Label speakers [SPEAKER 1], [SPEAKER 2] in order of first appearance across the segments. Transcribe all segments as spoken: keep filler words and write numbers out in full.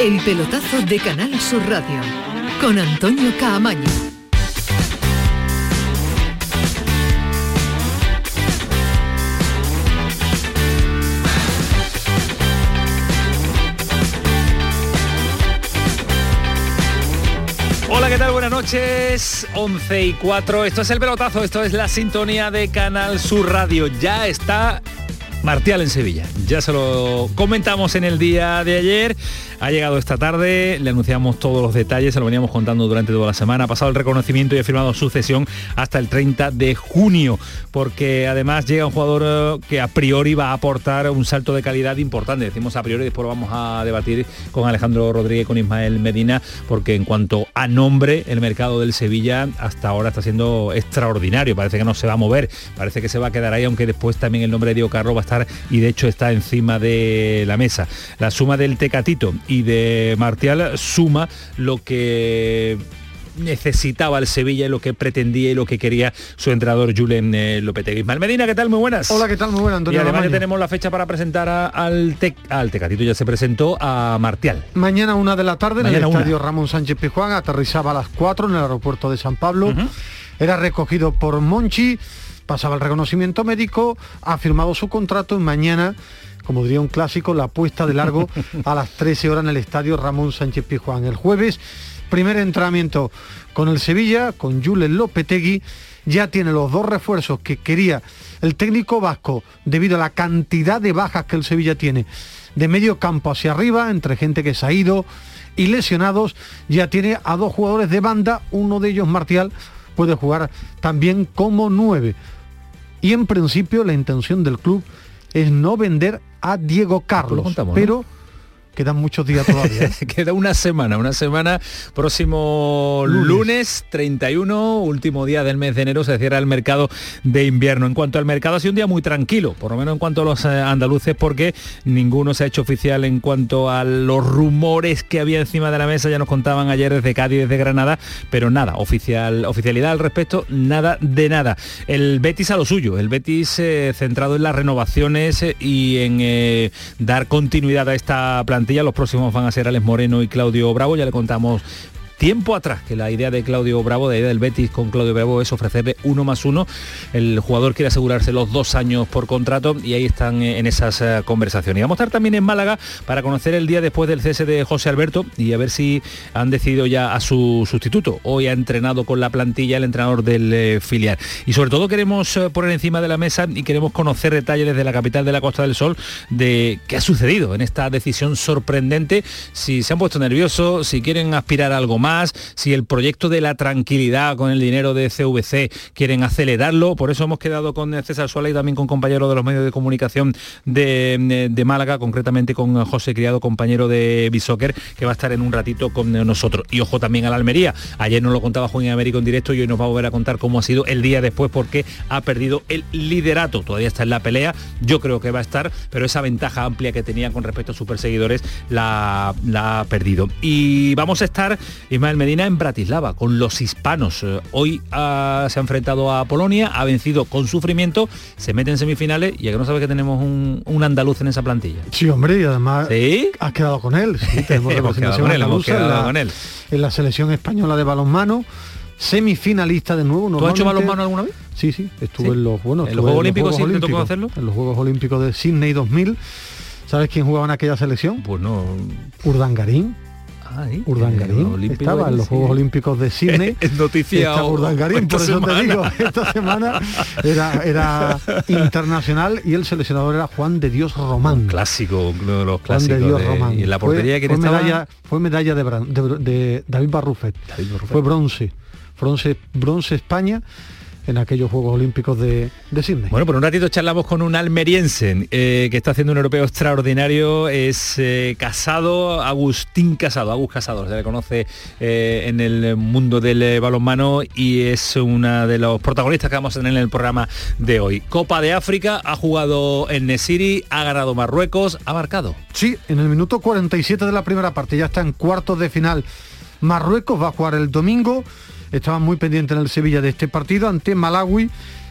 [SPEAKER 1] El pelotazo de Canal Sur Radio con Antonio Caamaño.
[SPEAKER 2] Hola, ¿qué tal? Buenas noches, once y cuatro. Esto es El Pelotazo, esto es la sintonía de Canal Sur Radio. Ya está Martial en Sevilla. Ya se lo comentamos en el día de ayer. Ha llegado esta tarde, le anunciamos todos los detalles, se lo veníamos contando durante toda la semana. Ha pasado el reconocimiento y ha firmado su cesión hasta el treinta de junio, porque además llega un jugador que a priori va a aportar un salto de calidad importante. Decimos a priori, después lo vamos a debatir con Alejandro Rodríguez, con Ismael Medina, porque en cuanto a nombre, el mercado del Sevilla hasta ahora está siendo extraordinario. Parece que no se va a mover, parece que se va a quedar ahí, aunque después también el nombre de Diego Carlos va a estar, y de hecho está encima de la mesa. La suma del Tecatito y de Martial suma lo que necesitaba el Sevilla y lo que pretendía y lo que quería su entrenador Julen eh, Lopetegui. Ismael Medina, ¿qué tal? Muy buenas.
[SPEAKER 3] Hola, ¿qué tal? Muy buenas, Antonio.
[SPEAKER 2] Y además
[SPEAKER 3] Ramaño.
[SPEAKER 2] Ya tenemos la fecha para presentar a, al, Tec, al Tecatito, ya se presentó, a Martial.
[SPEAKER 3] Mañana una de la tarde
[SPEAKER 2] Mañana
[SPEAKER 3] en el
[SPEAKER 2] una.
[SPEAKER 3] estadio Ramón Sánchez Pizjuán, aterrizaba a las cuatro en el aeropuerto de San Pablo. Uh-huh. Era recogido por Monchi, pasaba el reconocimiento médico, ha firmado su contrato y mañana, como diría un clásico, la puesta de largo a las trece horas en el estadio Ramón Sánchez Pizjuán. El jueves, primer entrenamiento con el Sevilla, con Julen Lopetegui. Ya tiene los dos refuerzos que quería el técnico vasco debido a la cantidad de bajas que el Sevilla tiene de medio campo hacia arriba, entre gente que se ha ido y lesionados. Ya tiene a dos jugadores de banda, uno de ellos, Martial, puede jugar también como nueve. Y en principio la intención del club es no vender a Diego Carlos, contamos, pero ¿no? Quedan muchos días todavía.
[SPEAKER 2] Queda una semana, una semana. Próximo lunes. lunes treinta y uno, último día del mes de enero, se cierra el mercado de invierno. En cuanto al mercado, ha sido un día muy tranquilo, por lo menos en cuanto a los eh, andaluces, porque ninguno se ha hecho oficial en cuanto a los rumores que había encima de la mesa. Ya nos contaban ayer desde Cádiz, desde Granada, pero nada, oficial, oficialidad al respecto, nada de nada. El Betis a lo suyo, el Betis eh, centrado en las renovaciones eh, y en eh, dar continuidad a esta plantilla. Los próximos van a ser Alex Moreno y Claudio Bravo. Ya le contamos tiempo atrás que la idea de Claudio Bravo, de la idea del Betis con Claudio Bravo, es ofrecerle uno más uno. El jugador quiere asegurarse los dos años por contrato y ahí están en esas uh, conversaciones. Y vamos a estar también en Málaga para conocer el día después del cese de José Alberto y a ver si han decidido ya a su sustituto. Hoy ha entrenado con la plantilla el entrenador del eh, filial. Y sobre todo queremos uh, poner encima de la mesa y queremos conocer detalles desde la capital de la Costa del Sol de qué ha sucedido en esta decisión sorprendente, si se han puesto nerviosos, si quieren aspirar a algo más, más, si el proyecto de la tranquilidad con el dinero de C V C quieren acelerarlo. Por eso hemos quedado con César Suárez y también con compañeros de los medios de comunicación de, de Málaga, concretamente con José Criado, compañero de Bisoccer, que va a estar en un ratito con nosotros. Y ojo también a la Almería. Ayer nos lo contaba Juan Américo en directo y hoy nos va a volver a contar cómo ha sido el día después, porque ha perdido el liderato. Todavía está en la pelea, yo creo que va a estar, pero esa ventaja amplia que tenía con respecto a sus perseguidores la, la ha perdido. Y vamos a estar, Ismael Medina, en Bratislava con los hispanos. Hoy ha, se ha enfrentado a Polonia, ha vencido con sufrimiento, se mete en semifinales y ya que no sabes que tenemos un, un andaluz en esa plantilla.
[SPEAKER 3] Sí, hombre, y además
[SPEAKER 2] ¿Sí?
[SPEAKER 3] has quedado con él. Sí, tenemos
[SPEAKER 2] hemos quedado con él, hemos quedado
[SPEAKER 3] en la,
[SPEAKER 2] con él.
[SPEAKER 3] En la selección española de balonmano, semifinalista de nuevo.
[SPEAKER 2] ¿Tú has hecho balonmano alguna vez?
[SPEAKER 3] Sí, sí, estuve
[SPEAKER 2] ¿Sí?
[SPEAKER 3] en los, bueno,
[SPEAKER 2] ¿En los Juegos Olímpicos sí te tocó
[SPEAKER 3] Olímpicos,
[SPEAKER 2] hacerlo?
[SPEAKER 3] En los Juegos Olímpicos de Sydney dos mil. ¿Sabes quién jugaba en aquella selección?
[SPEAKER 2] Pues no.
[SPEAKER 3] Urdangarín.
[SPEAKER 2] Ah, ¿sí?
[SPEAKER 3] Urdangarín
[SPEAKER 2] eh,
[SPEAKER 3] estaba en los
[SPEAKER 2] sí.
[SPEAKER 3] Juegos Olímpicos de Sydney.
[SPEAKER 2] Es noticia.
[SPEAKER 3] Está Urdangarín, por eso
[SPEAKER 2] semana.
[SPEAKER 3] te digo, esta semana era, era internacional y el seleccionador era Juan de Dios Román.
[SPEAKER 2] Un clásico, uno de los clásicos.
[SPEAKER 3] Juan de Dios
[SPEAKER 2] de,
[SPEAKER 3] Román.
[SPEAKER 2] Y en la portería que
[SPEAKER 3] fue, fue
[SPEAKER 2] estaba.
[SPEAKER 3] medalla, fue medalla de, Bran, de, de David Barrufet.
[SPEAKER 2] David Barrufet.
[SPEAKER 3] Fue bronce. Bronce, bronce España en aquellos Juegos Olímpicos de, de Sydney.
[SPEAKER 2] Bueno, por un ratito charlamos con un almeriense eh, que está haciendo un europeo extraordinario. Es eh, Casado, Agustín Casado, Agus Casado, se le conoce eh, en el mundo del eh, balonmano y es una de los protagonistas que vamos a tener en el programa de hoy. Copa de África, ha jugado en Nesiri, ha ganado Marruecos, ha marcado.
[SPEAKER 3] Sí, en el minuto cuarenta y siete de la primera parte, ya está en cuartos de final. Marruecos va a jugar el domingo. Estaban muy pendientes en el Sevilla de este partido ante Malawi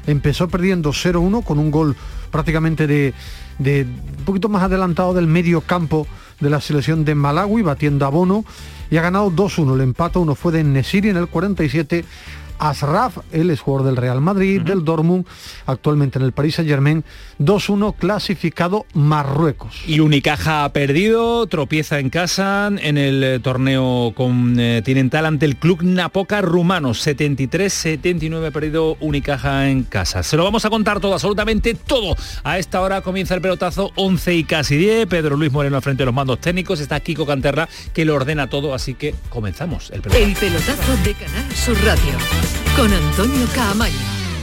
[SPEAKER 3] empezó perdiendo cero uno con un gol prácticamente de, de un poquito más adelantado del medio campo de la selección de Malawi, batiendo a Bono, y ha ganado dos uno. El empate uno fue de Nesiri en el cuarenta y siete. Asraf, él es jugador del Real Madrid, uh-huh. del Dortmund, actualmente en el Paris Saint-Germain, dos uno clasificado Marruecos.
[SPEAKER 2] Y Unicaja ha perdido, tropieza en casa en el eh, torneo continental ante el Club Napoca rumano, setenta y tres setenta y nueve perdido Unicaja en casa. Se lo vamos a contar todo, absolutamente todo. A esta hora comienza el pelotazo, once y casi diez, Pedro Luis Moreno al frente de los mandos técnicos, está Kiko Canterla que lo ordena todo, así que comenzamos el pelotazo.
[SPEAKER 1] El pelotazo de Canal Sur Radio. Con Antonio Caamaño.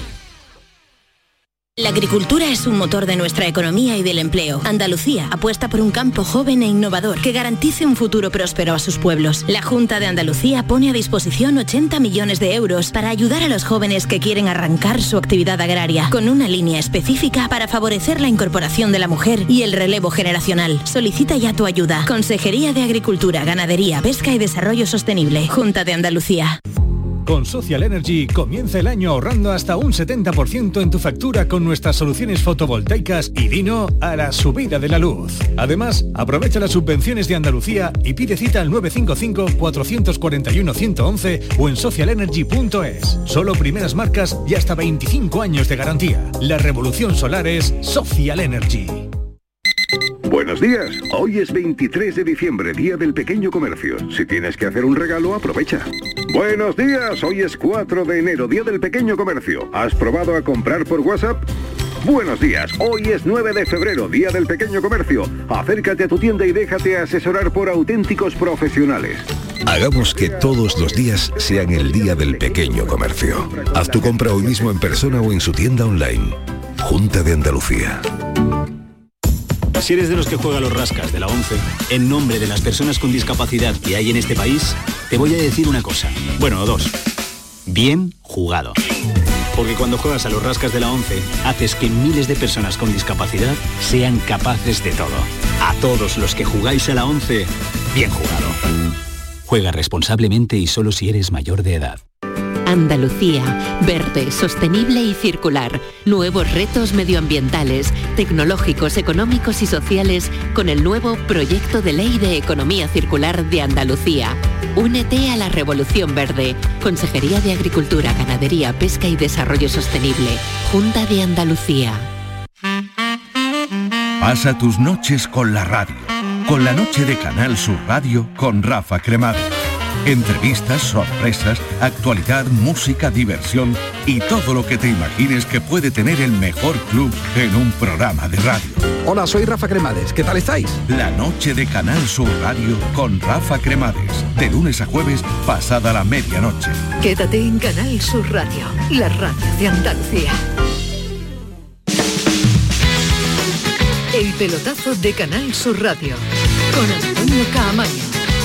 [SPEAKER 4] La agricultura es un motor de nuestra economía y del empleo. Andalucía apuesta por un campo joven e innovador que garantice un futuro próspero a sus pueblos. La Junta de Andalucía pone a disposición ochenta millones de euros para ayudar a los jóvenes que quieren arrancar su actividad agraria, con una línea específica para favorecer la incorporación de la mujer y el relevo generacional. Solicita ya tu ayuda. Consejería de Agricultura, Ganadería, Pesca y Desarrollo Sostenible. Junta de Andalucía.
[SPEAKER 5] Con Social Energy comienza el año ahorrando hasta un setenta por ciento en tu factura con nuestras soluciones fotovoltaicas y dino a la subida de la luz. Además, aprovecha las subvenciones de Andalucía y pide cita al nueve cinco cinco, cuatro cuatro uno, uno uno uno o en social energy punto es. Solo primeras marcas y hasta veinticinco años de garantía. La revolución solar es Social Energy.
[SPEAKER 6] Buenos días, hoy es veintitrés de diciembre, Día del Pequeño Comercio. Si tienes que hacer un regalo, aprovecha. Buenos días, hoy es cuatro de enero, Día del Pequeño Comercio. ¿Has probado a comprar por WhatsApp? Buenos días, hoy es nueve de febrero, Día del Pequeño Comercio. Acércate a tu tienda y déjate asesorar por auténticos profesionales.
[SPEAKER 7] Hagamos que todos los días sean el Día del Pequeño Comercio. Haz tu compra hoy mismo en persona o en su tienda online. Junta de Andalucía.
[SPEAKER 8] Si eres de los que juega los rascas de la once, en nombre de las personas con discapacidad que hay en este país, te voy a decir una cosa. Bueno, dos. Bien jugado. Porque cuando juegas a los rascas de la once, haces que miles de personas con discapacidad sean capaces de todo. A todos los que jugáis a la once, bien jugado. Juega responsablemente y solo si eres mayor de edad.
[SPEAKER 9] Andalucía, verde, sostenible y circular. Nuevos retos medioambientales, tecnológicos, económicos y sociales con el nuevo Proyecto de Ley de Economía Circular de Andalucía. Únete a la Revolución Verde. Consejería de Agricultura, Ganadería, Pesca y Desarrollo Sostenible. Junta de Andalucía.
[SPEAKER 10] Pasa tus noches con la radio. Con la noche de Canal Sur Radio con Rafa Cremades. Entrevistas, sorpresas, actualidad, música, diversión y todo lo que te imagines que puede tener el mejor club en un programa de radio.
[SPEAKER 11] Hola, soy Rafa Cremades. ¿Qué tal estáis?
[SPEAKER 10] La noche de Canal Sur Radio con Rafa Cremades. De lunes a jueves, pasada la medianoche.
[SPEAKER 1] Quédate en Canal Sur Radio, la radio de Andalucía. El pelotazo de Canal Sur Radio con Antonio Caamaño.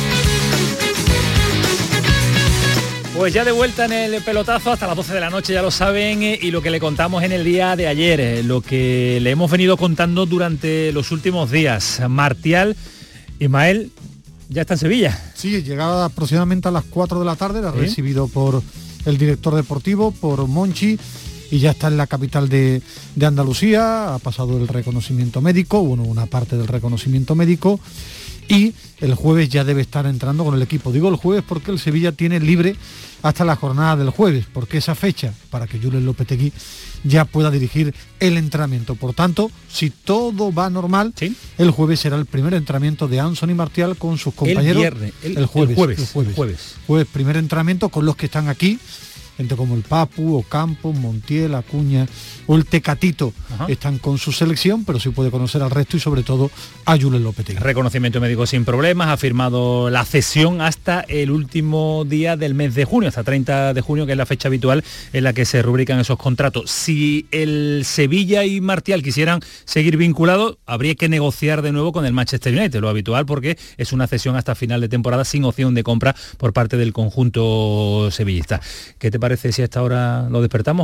[SPEAKER 2] Pues ya de vuelta en el pelotazo hasta las doce de la noche, ya lo saben, y lo que le contamos en el día de ayer, lo que le hemos venido contando durante los últimos días. Martial, Ismael, ya está en Sevilla.
[SPEAKER 3] Sí, llegaba aproximadamente a las cuatro de la tarde, era ¿Sí? recibido por el director deportivo, por Monchi, y ya está en la capital de, de Andalucía, ha pasado el reconocimiento médico, bueno, una parte del reconocimiento médico, y el jueves ya debe estar entrando con el equipo. Digo el jueves porque el Sevilla tiene libre hasta la jornada del jueves, porque esa fecha, para que Julen Lopetegui ya pueda dirigir el entrenamiento. Por tanto, si todo va normal, ¿Sí? el jueves será el primer entrenamiento de Anthony Martial con sus compañeros.
[SPEAKER 2] El viernes, el,
[SPEAKER 3] el jueves,
[SPEAKER 2] el jueves,
[SPEAKER 3] el jueves,
[SPEAKER 2] el jueves.
[SPEAKER 3] Jueves, primer entrenamiento con los que están aquí, gente como el Papu, Ocampo, Montiel, Acuña o el Tecatito. Ajá. Están con su selección, pero sí puede conocer al resto y sobre todo a Julen Lopetegui.
[SPEAKER 2] Reconocimiento médico sin problemas, ha firmado la cesión hasta el último día del mes de junio, hasta treinta de junio, que es la fecha habitual en la que se rubrican esos contratos. Si el Sevilla y Martial quisieran seguir vinculados, habría que negociar de nuevo con el Manchester United, lo habitual, porque es una cesión hasta final de temporada sin opción de compra por parte del conjunto sevillista. ¿Qué te parece si a esta hora lo despertamos o no?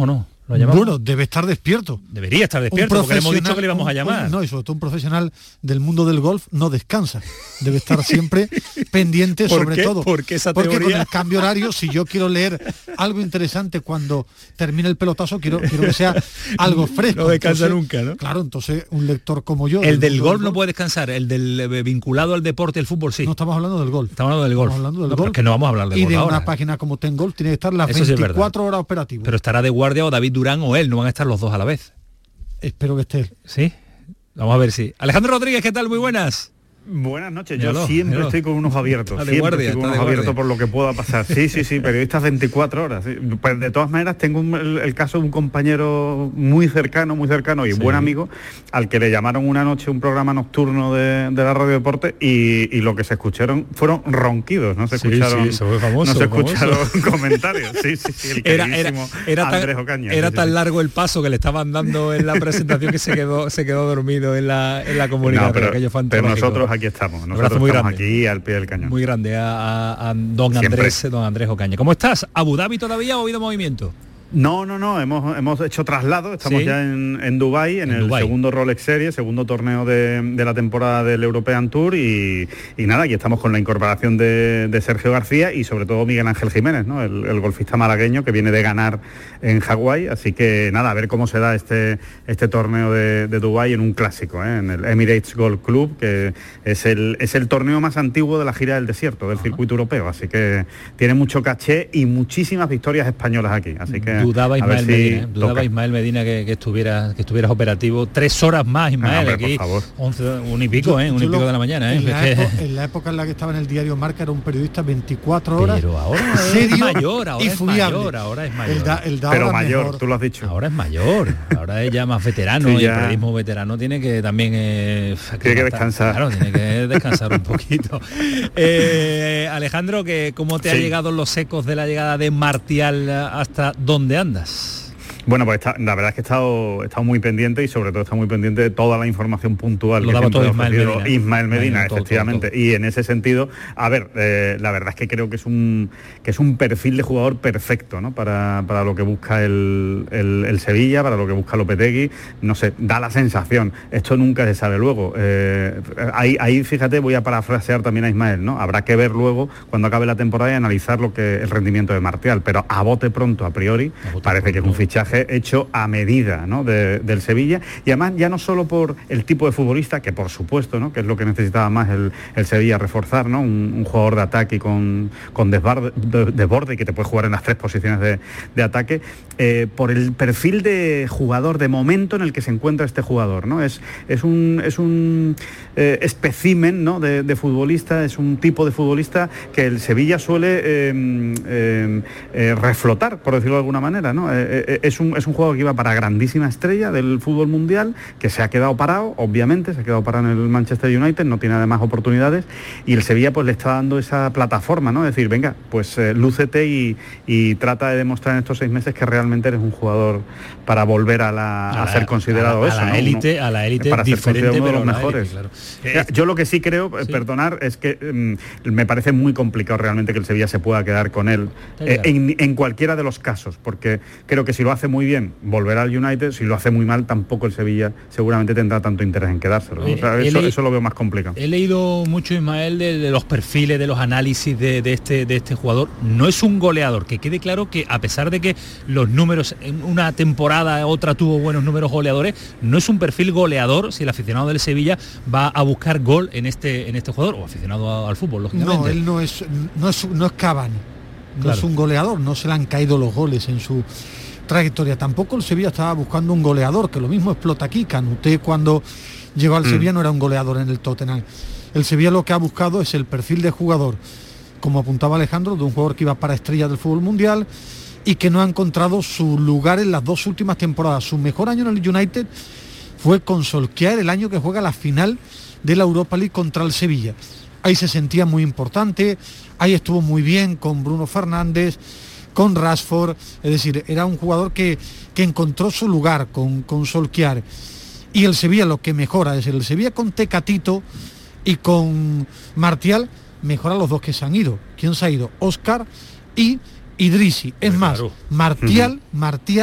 [SPEAKER 2] ¿Lo llamamos?
[SPEAKER 3] Bueno, debe estar despierto.
[SPEAKER 2] Debería estar despierto, porque le hemos dicho que le íbamos a llamar.
[SPEAKER 3] Un, no, y sobre todo un profesional del mundo del golf no descansa. Debe estar siempre pendiente, sobre
[SPEAKER 2] qué?
[SPEAKER 3] todo.
[SPEAKER 2] ¿Por qué esa
[SPEAKER 3] porque
[SPEAKER 2] teoría?
[SPEAKER 3] con el cambio horario, si yo quiero leer algo interesante cuando termine el pelotazo, quiero, quiero que sea algo fresco.
[SPEAKER 2] No descansa
[SPEAKER 3] entonces,
[SPEAKER 2] nunca, ¿no?
[SPEAKER 3] Claro, entonces un lector como yo...
[SPEAKER 2] El del golf
[SPEAKER 3] del
[SPEAKER 2] no puede descansar, el del eh, vinculado al deporte, el fútbol, sí.
[SPEAKER 3] No estamos hablando del golf.
[SPEAKER 2] Estamos hablando del golf.
[SPEAKER 3] Estamos hablando del
[SPEAKER 2] No,
[SPEAKER 3] golf.
[SPEAKER 2] pero es que no vamos a hablar de
[SPEAKER 3] y
[SPEAKER 2] golf
[SPEAKER 3] de
[SPEAKER 2] ahora.
[SPEAKER 3] una página como Ten Golf tiene que estar las
[SPEAKER 2] Eso sí es
[SPEAKER 3] veinticuatro
[SPEAKER 2] verdad.
[SPEAKER 3] horas operativas.
[SPEAKER 2] Pero estará de guardia o David Durán o él, no van a estar los dos a la vez.
[SPEAKER 3] Espero que esté él.
[SPEAKER 2] Sí, vamos a ver si. Alejandro Rodríguez, ¿qué tal? Muy buenas.
[SPEAKER 12] Buenas noches,
[SPEAKER 2] Míralo,
[SPEAKER 12] yo siempre
[SPEAKER 2] míralo.
[SPEAKER 12] estoy con unos abiertos,
[SPEAKER 2] Está de
[SPEAKER 12] siempre
[SPEAKER 2] guardia,
[SPEAKER 12] estoy con
[SPEAKER 2] está
[SPEAKER 12] unos
[SPEAKER 2] de
[SPEAKER 12] abiertos
[SPEAKER 2] guardia.
[SPEAKER 12] por lo que pueda pasar. Sí, sí, sí, periodistas veinticuatro horas. Sí. Pues de todas maneras tengo un- el, el caso de un compañero muy cercano, muy cercano y
[SPEAKER 2] Sí.
[SPEAKER 12] buen amigo, al que le llamaron una noche un programa nocturno de, de la Radio Deporte y, y lo que se escucharon fueron ronquidos, no se
[SPEAKER 2] Sí,
[SPEAKER 12] escucharon,
[SPEAKER 2] sí, eso fue famoso,
[SPEAKER 12] no se
[SPEAKER 2] famoso.
[SPEAKER 12] escucharon comentarios. Sí, sí, sí, el
[SPEAKER 2] Era, era,
[SPEAKER 12] queridísimo
[SPEAKER 2] era
[SPEAKER 12] Andrés
[SPEAKER 2] tan,
[SPEAKER 12] Ocaña.
[SPEAKER 2] era
[SPEAKER 12] sí, sí,
[SPEAKER 2] tan
[SPEAKER 12] sí.
[SPEAKER 2] largo el paso que le estaban dando en la presentación que se quedó se quedó dormido en la, en la comunicación.
[SPEAKER 12] No, pero,
[SPEAKER 2] aquello fue
[SPEAKER 12] pero
[SPEAKER 2] antológico.
[SPEAKER 12] nosotros aquí estamos,
[SPEAKER 2] Un abrazo
[SPEAKER 12] nosotros
[SPEAKER 2] muy
[SPEAKER 12] estamos
[SPEAKER 2] grande.
[SPEAKER 12] aquí al pie del cañón.
[SPEAKER 2] Muy grande a, a- a don
[SPEAKER 12] Siempre.
[SPEAKER 2] Andrés, don Andrés Ocaña. ¿Cómo estás? ¿Abu Dhabi todavía o ha habido movimiento?
[SPEAKER 12] No, no, no, hemos, hemos hecho traslado, estamos
[SPEAKER 2] Sí.
[SPEAKER 12] ya en, en Dubái, en,
[SPEAKER 2] En
[SPEAKER 12] el
[SPEAKER 2] Dubái.
[SPEAKER 12] segundo Rolex Series, segundo torneo de, de la temporada del European Tour y, y nada, aquí estamos con la incorporación de, de Sergio García y sobre todo Miguel Ángel Jiménez, ¿no? el, el golfista malagueño que viene de ganar en Hawái, así que nada, a ver cómo se da este, este torneo de, de Dubái en un clásico, ¿eh? En el Emirates Golf Club, que es el, es el torneo más antiguo de la gira del desierto, del circuito europeo, así que tiene mucho caché y muchísimas victorias españolas aquí, así que
[SPEAKER 2] Dudaba
[SPEAKER 12] a ver
[SPEAKER 2] Ismael
[SPEAKER 12] si
[SPEAKER 2] Medina, ¿eh? Dudaba
[SPEAKER 12] toca.
[SPEAKER 2] Ismael Medina que, que estuviera que estuvieras operativo. Tres horas más, Ismael,
[SPEAKER 12] Ah, hombre,
[SPEAKER 2] aquí.
[SPEAKER 12] por favor.
[SPEAKER 2] once, un y pico, ¿eh? Un
[SPEAKER 3] Yo
[SPEAKER 2] y pico
[SPEAKER 3] lo-
[SPEAKER 2] de la mañana, ¿eh?
[SPEAKER 3] En la,
[SPEAKER 2] Es que-
[SPEAKER 3] epo- en la época en la que estaba en el diario Marca era un periodista veinticuatro horas.
[SPEAKER 2] Pero ahora es
[SPEAKER 3] serio
[SPEAKER 2] mayor, ahora
[SPEAKER 3] y
[SPEAKER 2] es
[SPEAKER 3] fiable.
[SPEAKER 2] mayor, ahora es mayor.
[SPEAKER 3] El da- el da
[SPEAKER 12] Pero
[SPEAKER 3] ahora
[SPEAKER 12] mayor,
[SPEAKER 3] mejor.
[SPEAKER 12] tú lo has dicho.
[SPEAKER 2] Ahora es mayor, ahora es ya más veterano
[SPEAKER 12] Sí,
[SPEAKER 2] y el
[SPEAKER 12] ya.
[SPEAKER 2] periodismo veterano tiene que también eh,
[SPEAKER 12] Tiene que
[SPEAKER 2] matar-
[SPEAKER 12] descansar.
[SPEAKER 2] Claro, tiene que descansar un poquito. Eh, Alejandro, que ¿cómo te ha
[SPEAKER 12] Sí.
[SPEAKER 2] llegado los ecos de la llegada de Martial hasta dónde andas?
[SPEAKER 12] Bueno, pues está- la verdad es que he estado, he estado muy pendiente y sobre todo he estado muy pendiente de toda la información puntual
[SPEAKER 2] Lo
[SPEAKER 12] que
[SPEAKER 2] daba
[SPEAKER 12] siempre
[SPEAKER 2] todo
[SPEAKER 12] ha
[SPEAKER 2] Ismael
[SPEAKER 12] ofrecido
[SPEAKER 2] Medina.
[SPEAKER 12] Ismael Medina,
[SPEAKER 2] Medina, todo,
[SPEAKER 12] efectivamente.
[SPEAKER 2] todo,
[SPEAKER 12] Y en ese sentido, a ver, eh, la verdad es que creo que es un que es un perfil de jugador perfecto, ¿no? Para, para lo que busca el, el- el Sevilla, para lo que busca Lopetegui, no sé, da la sensación. Esto nunca se sabe luego. Eh, ahí, ahí, fíjate, voy a parafrasear también a Ismael, ¿no? Habrá que ver luego cuando acabe la temporada y analizar lo que el rendimiento de Martial, pero a bote pronto, a priori,
[SPEAKER 2] A bote
[SPEAKER 12] parece que es un
[SPEAKER 2] pronto.
[SPEAKER 12] fichaje hecho a medida, ¿no? de- del Sevilla y además ya no solo por el tipo de futbolista, que por supuesto, ¿no? Que es lo que necesitaba más el, el Sevilla reforzar, ¿no? Un, un jugador de ataque y con, con desborde, de- desborde y que te puede jugar en las tres posiciones de, de ataque, eh, por el perfil de jugador, de momento en el que se encuentra este jugador, ¿no? Es, es un, es un eh, espécimen, ¿no? de, de futbolista, es un tipo de futbolista que el Sevilla suele eh, eh, eh, reflotar, por decirlo de alguna manera, ¿no? Eh, eh, es, un, es un jugador que iba para grandísima estrella del fútbol mundial, que se ha quedado parado, obviamente, se ha quedado parado en el Manchester United, no tiene además oportunidades, y el Sevilla pues le está dando esa plataforma, ¿no? Es decir, venga, pues eh, lúcete y, y trata de demostrar en estos seis meses que realmente eres un jugador para volver a, la, a,
[SPEAKER 2] A la-
[SPEAKER 12] ser considerado
[SPEAKER 2] a la-
[SPEAKER 12] eso,
[SPEAKER 2] a la
[SPEAKER 12] ¿no?
[SPEAKER 2] élite-
[SPEAKER 12] Uno-
[SPEAKER 2] a la élite
[SPEAKER 12] para ser
[SPEAKER 2] diferente,
[SPEAKER 12] considerado uno de
[SPEAKER 2] pero
[SPEAKER 12] los
[SPEAKER 2] a la élite,
[SPEAKER 12] mejores.
[SPEAKER 2] claro.
[SPEAKER 12] Mira, yo lo que sí creo, eh,
[SPEAKER 2] Sí.
[SPEAKER 12] perdonar, es que mm, me parece muy complicado realmente que el Sevilla se pueda quedar con él
[SPEAKER 2] Ya,
[SPEAKER 12] eh,
[SPEAKER 2] ya.
[SPEAKER 12] en, en cualquiera de los casos, porque creo que si lo hace muy bien, volverá al United, si lo hace muy mal, tampoco el Sevilla seguramente tendrá tanto interés en quedárselo.
[SPEAKER 2] Eh,
[SPEAKER 12] O sea,
[SPEAKER 2] he
[SPEAKER 12] eso,
[SPEAKER 2] leí-
[SPEAKER 12] eso lo veo más complicado.
[SPEAKER 2] He leído mucho, Ismael, de, de los perfiles, de los análisis de, de este, de este jugador. No es un goleador, que quede claro que a pesar de que los números, en una temporada, otra tuvo buenos números goleadores, no es un perfil goleador si el aficionado del Sevilla va a buscar gol en este, en este jugador, o aficionado a- al fútbol, lógicamente.
[SPEAKER 3] No, él no es, no es, no es Cavani, no
[SPEAKER 2] Claro.
[SPEAKER 3] es un goleador, no se le han caído los goles en su trayectoria. Tampoco el Sevilla estaba buscando un goleador, que lo mismo explota aquí. Canuté cuando llegó al
[SPEAKER 12] Mm.
[SPEAKER 3] Sevilla no era un goleador en el Tottenham. El Sevilla lo que ha buscado es el perfil de jugador, como apuntaba Alejandro, de un jugador que iba para estrella del fútbol mundial y que no ha encontrado su lugar en las dos últimas temporadas. Su mejor año en el United fue con Solskjaer, el año que juega la final de la Europa League contra el Sevilla. Ahí se sentía muy importante, ahí estuvo muy bien con Bruno Fernández, con Rashford, es decir, era un jugador que, que encontró su lugar con, con Solskjaer. Y el Sevilla lo que mejora, es decir, el Sevilla con Tecatito y con Martial mejora los dos que se han ido. ¿Quién se ha ido? Óscar y Idrissi. Es
[SPEAKER 2] Hombre,
[SPEAKER 3] más,
[SPEAKER 2] claro.
[SPEAKER 3] Martial, Martial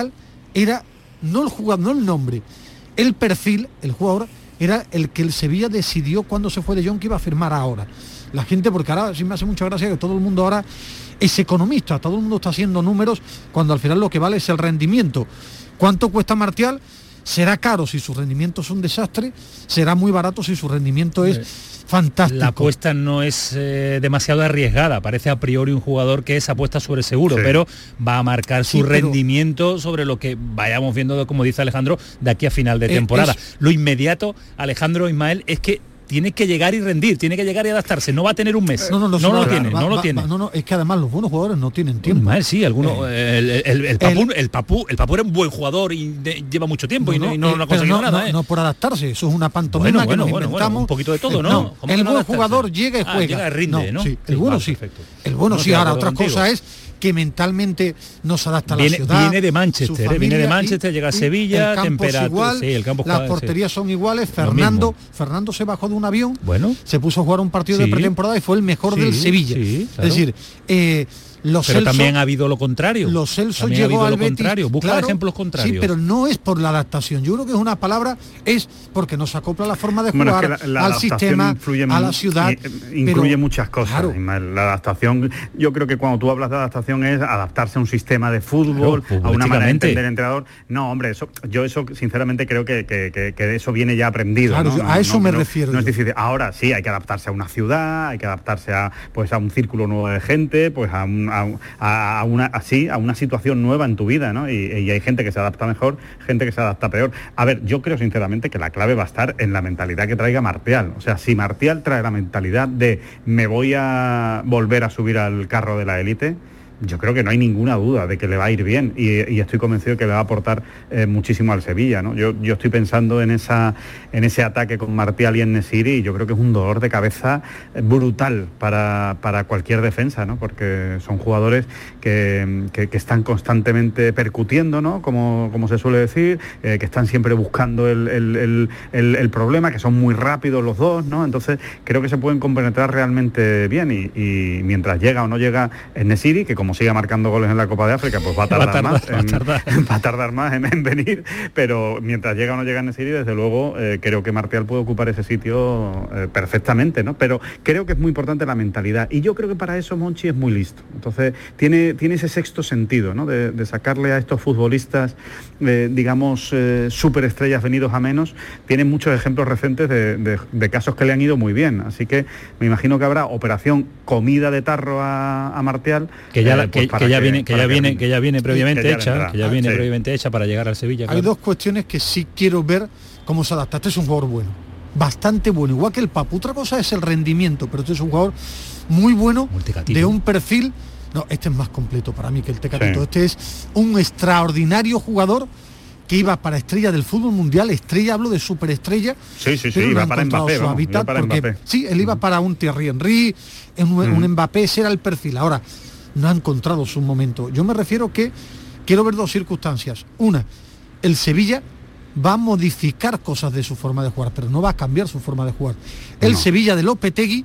[SPEAKER 3] era no el jugador, no el nombre, el perfil, el jugador era el que el Sevilla decidió cuando se fue de Jong que iba a firmar ahora. La gente, porque ahora sí me hace mucha gracia que todo el mundo ahora es economista, todo el mundo está haciendo números cuando al final lo que vale es el rendimiento. ¿Cuánto cuesta Martial? Será caro si su rendimiento es un desastre, será muy barato si su rendimiento es fantástico.
[SPEAKER 2] La apuesta no es eh, demasiado arriesgada, parece a priori un jugador que es apuesta sobre seguro, sí. pero va a marcar su sí, rendimiento sobre lo que vayamos viendo, como dice Alejandro, de aquí a final de eh, temporada. Es... Lo inmediato, Alejandro Ismael, es que tiene que llegar y rendir, tiene que llegar y adaptarse, no va a tener un mes.
[SPEAKER 3] No, no, no,
[SPEAKER 2] no, no lo
[SPEAKER 3] va,
[SPEAKER 2] tiene,
[SPEAKER 3] va,
[SPEAKER 2] no lo
[SPEAKER 3] va,
[SPEAKER 2] tiene.
[SPEAKER 3] Va, no, no, es que además los buenos jugadores no tienen tiempo.
[SPEAKER 2] Mal, sí, algunos. Eh, el, el, el, Papu, el, el, Papu, el Papu era un buen jugador y de, lleva mucho tiempo no, y no, y no, no ha conseguido
[SPEAKER 3] no,
[SPEAKER 2] nada.
[SPEAKER 3] No,
[SPEAKER 2] eh.
[SPEAKER 3] no por adaptarse, eso es una pantomima
[SPEAKER 2] bueno, bueno,
[SPEAKER 3] que nos
[SPEAKER 2] bueno,
[SPEAKER 3] inventamos.
[SPEAKER 2] Bueno, un poquito de todo, ¿no?
[SPEAKER 3] no el buen jugador llega y juega.
[SPEAKER 2] Ah, llega y rinde, ¿no?
[SPEAKER 3] ¿no? Sí, el bueno
[SPEAKER 2] vale,
[SPEAKER 3] sí.
[SPEAKER 2] Perfecto.
[SPEAKER 3] El bueno
[SPEAKER 2] no
[SPEAKER 3] sí, ahora otra contigo. cosa es que mentalmente no se adapta a la
[SPEAKER 2] viene,
[SPEAKER 3] ciudad.
[SPEAKER 2] Viene de Manchester, familia, viene de Manchester, y, llega a Sevilla, temperatura,
[SPEAKER 3] sí, el campo las porterías sí. son iguales. Fernando, Fernando se bajó de un avión,
[SPEAKER 2] bueno,
[SPEAKER 3] se puso a jugar un partido sí, de pretemporada y fue el mejor sí, del Sevilla.
[SPEAKER 2] Sí, claro.
[SPEAKER 3] Es decir, eh, Los
[SPEAKER 2] pero
[SPEAKER 3] Celso,
[SPEAKER 2] también ha habido lo contrario.
[SPEAKER 3] Los Celso
[SPEAKER 2] también
[SPEAKER 3] llegó al
[SPEAKER 2] lo
[SPEAKER 3] Betis.
[SPEAKER 2] Contrario. Busca
[SPEAKER 3] claro,
[SPEAKER 2] ejemplos contrarios.
[SPEAKER 3] Sí, pero no es por la adaptación. Yo creo que es una palabra, es porque nos acopla la forma de jugar
[SPEAKER 12] bueno, es que la, la
[SPEAKER 3] al sistema, a la ciudad.
[SPEAKER 12] Incluye
[SPEAKER 3] pero,
[SPEAKER 12] muchas cosas.
[SPEAKER 3] Claro.
[SPEAKER 12] La adaptación, yo creo que cuando tú hablas de adaptación es adaptarse a un sistema de fútbol, claro, a una manera de entender el entrenador. No, hombre, eso, yo eso sinceramente creo que, que, que, que eso viene ya aprendido.
[SPEAKER 3] Claro,
[SPEAKER 12] ¿no?
[SPEAKER 3] a eso
[SPEAKER 12] no,
[SPEAKER 3] me
[SPEAKER 12] no,
[SPEAKER 3] refiero.
[SPEAKER 12] No es difícil. Ahora sí, hay que adaptarse a una ciudad, hay que adaptarse a, pues, a un círculo nuevo de gente, pues a, un, a, a a una así a una situación nueva en tu vida, ¿no? Y, y hay gente que se adapta mejor, gente que se adapta peor. A ver, yo creo sinceramente que la clave va a estar en la mentalidad que traiga Martial. O sea, si Martial trae la mentalidad de me voy a volver a subir al carro de la élite, yo creo que no hay ninguna duda de que le va a ir bien y, y estoy convencido que le va a aportar eh, muchísimo al Sevilla, ¿no? Yo, yo estoy pensando en esa en ese ataque con Martial y En-Nesyri y yo creo que es un dolor de cabeza brutal para, para cualquier defensa, ¿no? Porque son jugadores que, que, que están constantemente percutiendo, ¿no? Como, como se suele decir, eh, que están siempre buscando el, el, el, el, el problema, que son muy rápidos los dos, ¿no? Entonces creo que se pueden compenetrar realmente bien y, y mientras llega o no llega En-Nesyri, que como como siga marcando goles en la Copa de África, pues va a tardar, va a tardar más,
[SPEAKER 2] va a tardar,
[SPEAKER 12] en, va a tardar más en, en venir, pero mientras llega o no llega En-Nesyri, desde luego eh, creo que Martial puede ocupar ese sitio eh, perfectamente, ¿no? Pero creo que es muy importante la mentalidad y yo creo que para eso Monchi es muy listo. Entonces tiene, tiene ese sexto sentido, ¿no? De, de sacarle a estos futbolistas, eh, digamos, eh, superestrellas venidos a menos. Tiene muchos ejemplos recientes de, de, de casos que le han ido muy bien, así que me imagino que habrá operación comida de tarro a, a Martial.
[SPEAKER 2] Que ya Que, que, ya que, viene, que, ya viene, que ya viene previamente que ya hecha, vendrá. que ya
[SPEAKER 3] ah,
[SPEAKER 2] viene
[SPEAKER 3] sí.
[SPEAKER 2] previamente hecha para llegar al Sevilla.
[SPEAKER 3] Hay
[SPEAKER 2] claro.
[SPEAKER 3] dos cuestiones que sí quiero ver cómo se adapta. Este es un jugador bueno, bastante bueno, igual que el Papu. Otra cosa es el rendimiento, pero este es un jugador muy bueno, de un perfil. No, este es más completo para mí que el Tecatito. Sí. Este es un extraordinario jugador que iba para estrella del fútbol mundial, estrella, hablo de superestrella.
[SPEAKER 12] Sí, sí, sí, iba para Mbappé,
[SPEAKER 3] su
[SPEAKER 12] vamos,
[SPEAKER 3] hábitat
[SPEAKER 12] iba para
[SPEAKER 3] porque,
[SPEAKER 12] Mbappé.
[SPEAKER 3] Sí, él iba para un Thierry Henry, un, mm. un Mbappé, ese era el perfil. Ahora, no ha encontrado su momento. Yo me refiero que quiero ver dos circunstancias. Una, el Sevilla va a modificar cosas de su forma de jugar, pero no va a cambiar su forma de jugar. El no. Sevilla de Lopetegui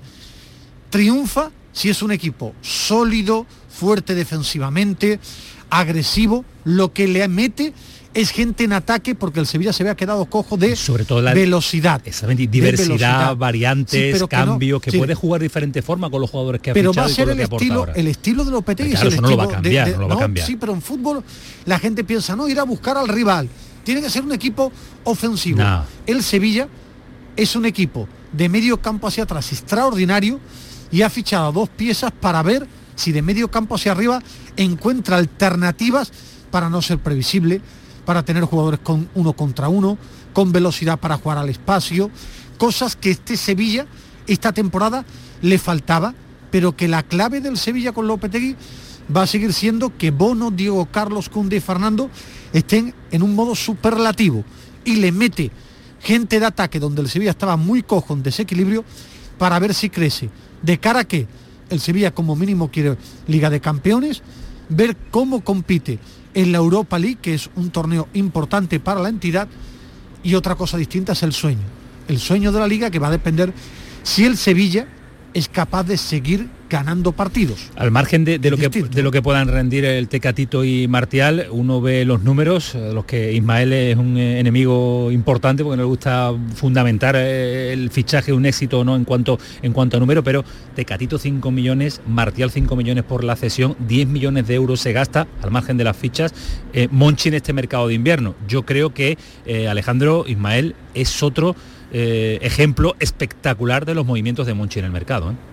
[SPEAKER 3] triunfa si es un equipo sólido, fuerte defensivamente, agresivo, lo que le mete es gente en ataque, porque el Sevilla se había quedado cojo de sobre todo la velocidad.
[SPEAKER 2] Exactamente, diversidad, velocidad. variantes, sí, cambios, que, no, que sí. puede jugar de diferente forma con los jugadores que ha
[SPEAKER 3] pero
[SPEAKER 2] fichado.
[SPEAKER 3] Pero va a ser
[SPEAKER 2] el
[SPEAKER 3] estilo, el estilo de Lopetegui.
[SPEAKER 2] Claro,
[SPEAKER 3] es el
[SPEAKER 2] eso
[SPEAKER 3] estilo
[SPEAKER 2] no lo va a cambiar,
[SPEAKER 3] de, de,
[SPEAKER 2] no lo va a cambiar.
[SPEAKER 3] Sí, pero en fútbol la gente piensa, no, ir a buscar al rival. Tiene que ser un equipo ofensivo.
[SPEAKER 2] No.
[SPEAKER 3] El Sevilla es un equipo de medio campo hacia atrás extraordinario y ha fichado dos piezas para ver si de medio campo hacia arriba encuentra alternativas para no ser previsible, para tener jugadores con uno contra uno, con velocidad para jugar al espacio, cosas que este Sevilla esta temporada le faltaba, pero que la clave del Sevilla con Lopetegui va a seguir siendo que Bono, Diego Carlos, Koundé y Fernando estén en un modo superlativo y le mete gente de ataque donde el Sevilla estaba muy cojo en desequilibrio para ver si crece. De cara a que el Sevilla como mínimo quiere Liga de Campeones, ver cómo compite en la Europa League, que es un torneo importante para la entidad, y otra cosa distinta es el sueño. El sueño de la Liga, que va a depender si el Sevilla es capaz de seguir ganando partidos.
[SPEAKER 2] Al margen de, de, lo, que, de lo que puedan rendir el Tecatito y Martial, uno ve los números, los que Ismael es un enemigo importante porque no le gusta fundamentar el fichaje, un éxito o no en cuanto, en cuanto a número, pero Tecatito cinco millones, Martial cinco millones por la cesión, diez millones de euros se gasta, al margen de las fichas, eh, Monchi en este mercado de invierno. Yo creo que eh, Alejandro, Ismael es otro eh, ejemplo espectacular de los movimientos de Monchi en el mercado, ¿eh?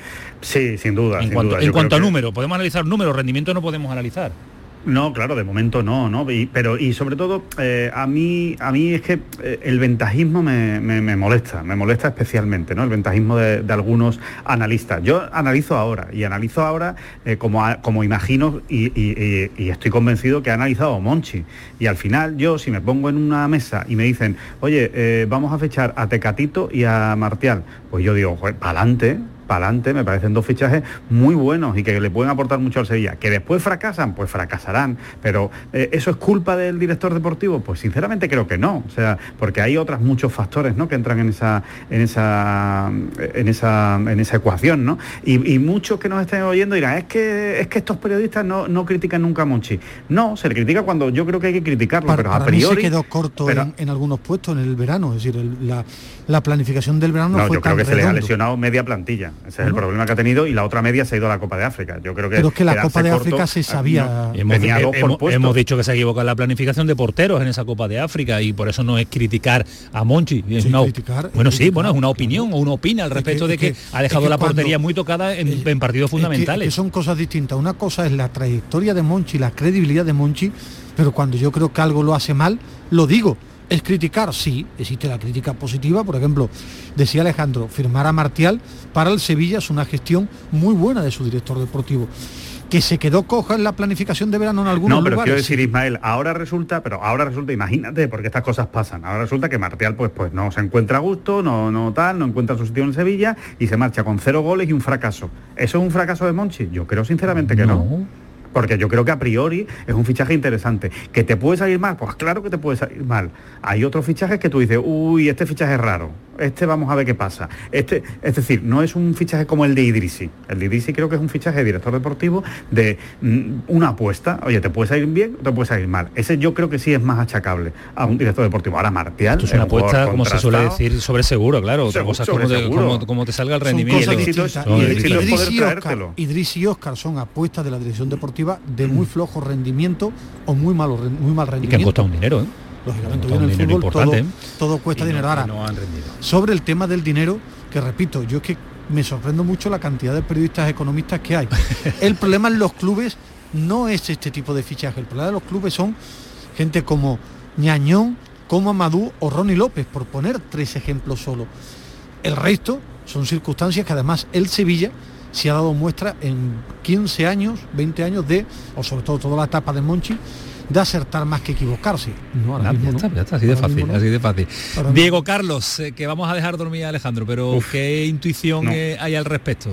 [SPEAKER 12] Sí, sin duda.
[SPEAKER 2] En
[SPEAKER 12] sin
[SPEAKER 2] cuanto,
[SPEAKER 12] duda.
[SPEAKER 2] en cuanto a
[SPEAKER 12] que...
[SPEAKER 2] número, podemos analizar números, rendimiento no podemos analizar.
[SPEAKER 12] No, claro, de momento no, ¿no? Y, pero y sobre todo eh, a mí a mí es que eh, el ventajismo me, me, me molesta, me molesta especialmente, ¿no? El ventajismo de, de algunos analistas. Yo analizo ahora y analizo ahora eh, como a, como imagino y, y, y, y estoy convencido que ha analizado Monchi. Y al final yo si me pongo en una mesa y me dicen, oye, eh, vamos a fichar a Tecatito y a Martial, pues yo digo, pues para adelante. para adelante, me parecen dos fichajes muy buenos y que le pueden aportar mucho al Sevilla. Que después fracasan, pues fracasarán, pero eh, ¿eso es culpa del director deportivo? Pues sinceramente creo que no, o sea, porque hay otros muchos factores, ¿no?, que entran en esa en esa en esa en esa ecuación, ¿no? Y, y muchos que nos estén oyendo dirán, es que es que estos periodistas no, no critican nunca a Monchi. No, se le critica cuando yo creo que hay que criticarlo,
[SPEAKER 3] para,
[SPEAKER 12] pero
[SPEAKER 3] para
[SPEAKER 12] a priori
[SPEAKER 3] mí se quedó corto pero, en, en algunos puestos en el verano, es decir, el, la, la planificación del verano no, fue
[SPEAKER 12] yo creo
[SPEAKER 3] tan
[SPEAKER 12] que
[SPEAKER 3] redondo.
[SPEAKER 12] Se les ha lesionado media plantilla. Ese es el problema que ha tenido, y la otra media se ha ido a la Copa de África. Yo creo que
[SPEAKER 3] pero es que la Copa de África se sabía.
[SPEAKER 2] No, hemos, hemos, hemos dicho que se equivoca en la planificación de porteros en esa Copa de África, y por eso no es criticar a Monchi. Es
[SPEAKER 3] sí,
[SPEAKER 2] una,
[SPEAKER 3] criticar,
[SPEAKER 2] bueno, sí,
[SPEAKER 3] criticar,
[SPEAKER 2] bueno, es una opinión, claro. O una opina al respecto
[SPEAKER 3] es que,
[SPEAKER 2] de que, que ha dejado que la
[SPEAKER 3] cuando,
[SPEAKER 2] portería muy tocada en, eh, en partidos fundamentales.
[SPEAKER 3] Es que, es que son cosas distintas. Una cosa es la trayectoria de Monchi, la credibilidad de Monchi, pero cuando yo creo que algo lo hace mal, lo digo. Es criticar, sí, existe la crítica positiva. Por ejemplo, decía Alejandro, firmar a Martial para el Sevilla es una gestión muy buena de su director deportivo. Que se quedó coja en la planificación de verano en algunos
[SPEAKER 12] lugares. No, pero
[SPEAKER 3] lugares,
[SPEAKER 12] quiero decir,
[SPEAKER 3] sí.
[SPEAKER 12] Ismael, ahora resulta, pero ahora resulta, imagínate, porque estas cosas pasan, ahora resulta que Martial pues pues no se encuentra a gusto, no, no tal, no encuentra su sitio en Sevilla y se marcha con cero goles y un fracaso. ¿Eso es un fracaso de Monchi? Yo creo sinceramente que no. no. Porque yo creo que a priori es un fichaje interesante. ¿Que te puede salir mal? Pues claro que te puede salir mal. Hay otros fichajes que tú dices, uy, este fichaje es raro, este vamos a ver qué pasa. Este, es decir, no es un fichaje como el de Idrissi. El de Idrissi creo que es un fichaje de director deportivo de mm, una apuesta. Oye, ¿te puede salir bien o te puede salir mal? Ese yo creo que sí es más achacable a un director deportivo. Ahora Martial...
[SPEAKER 2] Esto es una apuesta, como se suele decir, sobre seguro, claro. Otra cosa es como, te, como, como te salga el rendimiento.
[SPEAKER 3] Y el éxito es, y el éxito es poder traértelo. Idrissi y Óscar son apuestas de la dirección deportiva de muy flojo rendimiento o muy malo muy mal rendimiento.
[SPEAKER 2] Y que han costado un dinero, ¿eh?
[SPEAKER 3] Lógicamente, hoy en el fútbol todo, todo cuesta
[SPEAKER 2] no,
[SPEAKER 3] dinero. Ahora,
[SPEAKER 2] no han rendido.
[SPEAKER 3] Sobre el tema del dinero, que repito, yo es que me sorprendo mucho la cantidad de periodistas economistas que hay. El problema en los clubes no es este tipo de fichaje. El problema de los clubes son gente como Ñañón, como Amadou o Ronnie López, por poner tres ejemplos solo. El resto son circunstancias que además el Sevilla se ha dado muestra en quince años, veinte años de, o sobre todo toda la etapa de Monchi, de acertar más que equivocarse. No, ahora
[SPEAKER 2] nah,
[SPEAKER 3] mismo,
[SPEAKER 2] ya está,
[SPEAKER 3] no.
[SPEAKER 2] ya está, así de
[SPEAKER 3] ahora
[SPEAKER 2] fácil,
[SPEAKER 3] no.
[SPEAKER 2] así de fácil.
[SPEAKER 3] Ahora
[SPEAKER 2] Diego
[SPEAKER 3] no.
[SPEAKER 2] Carlos, eh, que vamos a dejar dormir a Alejandro, pero Uf, ¿qué intuición no. eh, hay al respecto?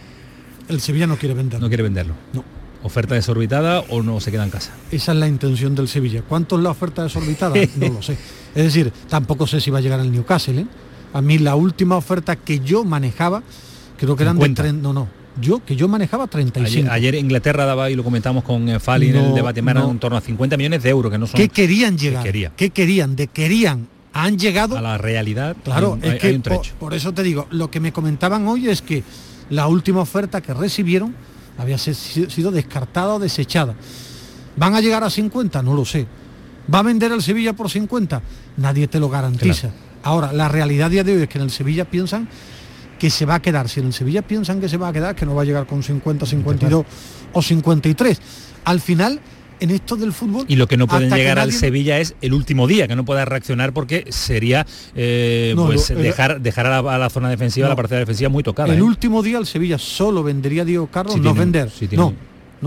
[SPEAKER 3] El Sevilla no quiere venderlo.
[SPEAKER 2] No quiere venderlo.
[SPEAKER 3] No.
[SPEAKER 2] ¿Oferta desorbitada o no se queda en casa?
[SPEAKER 3] Esa es la intención del Sevilla. ¿Cuánto es la oferta desorbitada? No lo sé. Es decir, tampoco sé si va a llegar al Newcastle, ¿eh? A mí la última oferta que yo manejaba, creo que eran
[SPEAKER 2] cincuenta.
[SPEAKER 3] de treinta, no, no. Yo, que yo manejaba treinta y cinco.
[SPEAKER 2] Ayer, ayer Inglaterra daba, y lo comentamos con eh, Fali no, en el debate, no. en torno a cincuenta millones de euros, que no son...
[SPEAKER 3] ¿Qué querían llegar?
[SPEAKER 2] ¿Qué, quería?
[SPEAKER 3] ¿Qué querían? De querían, han llegado...
[SPEAKER 2] A la realidad,
[SPEAKER 3] claro,
[SPEAKER 2] hay,
[SPEAKER 3] es que
[SPEAKER 2] hay un trecho.
[SPEAKER 3] Por, por eso te digo, lo que me comentaban hoy es que la última oferta que recibieron había sido descartada o desechada. ¿Van a llegar a cincuenta? No lo sé. ¿Va a vender el Sevilla por cincuenta? Nadie te lo garantiza. Claro. Ahora, la realidad a día de hoy es que en el Sevilla piensan que se va a quedar. Si en el Sevilla piensan que se va a quedar, que no va a llegar con cincuenta, cincuenta y dos o cincuenta y tres. Al final, en esto del fútbol...
[SPEAKER 2] Y lo que no pueden llegar
[SPEAKER 3] nadie...
[SPEAKER 2] al Sevilla es el último día, que no pueda reaccionar porque sería eh, no, pues, lo, el... dejar, dejar a, la, a la zona defensiva, no, la partida defensiva muy tocada.
[SPEAKER 3] El
[SPEAKER 2] ¿eh?
[SPEAKER 3] última día el Sevilla solo vendería a Diego Carlos,
[SPEAKER 2] sí
[SPEAKER 3] no
[SPEAKER 2] tiene,
[SPEAKER 3] vender.
[SPEAKER 2] Sí tiene...
[SPEAKER 3] No, no, no.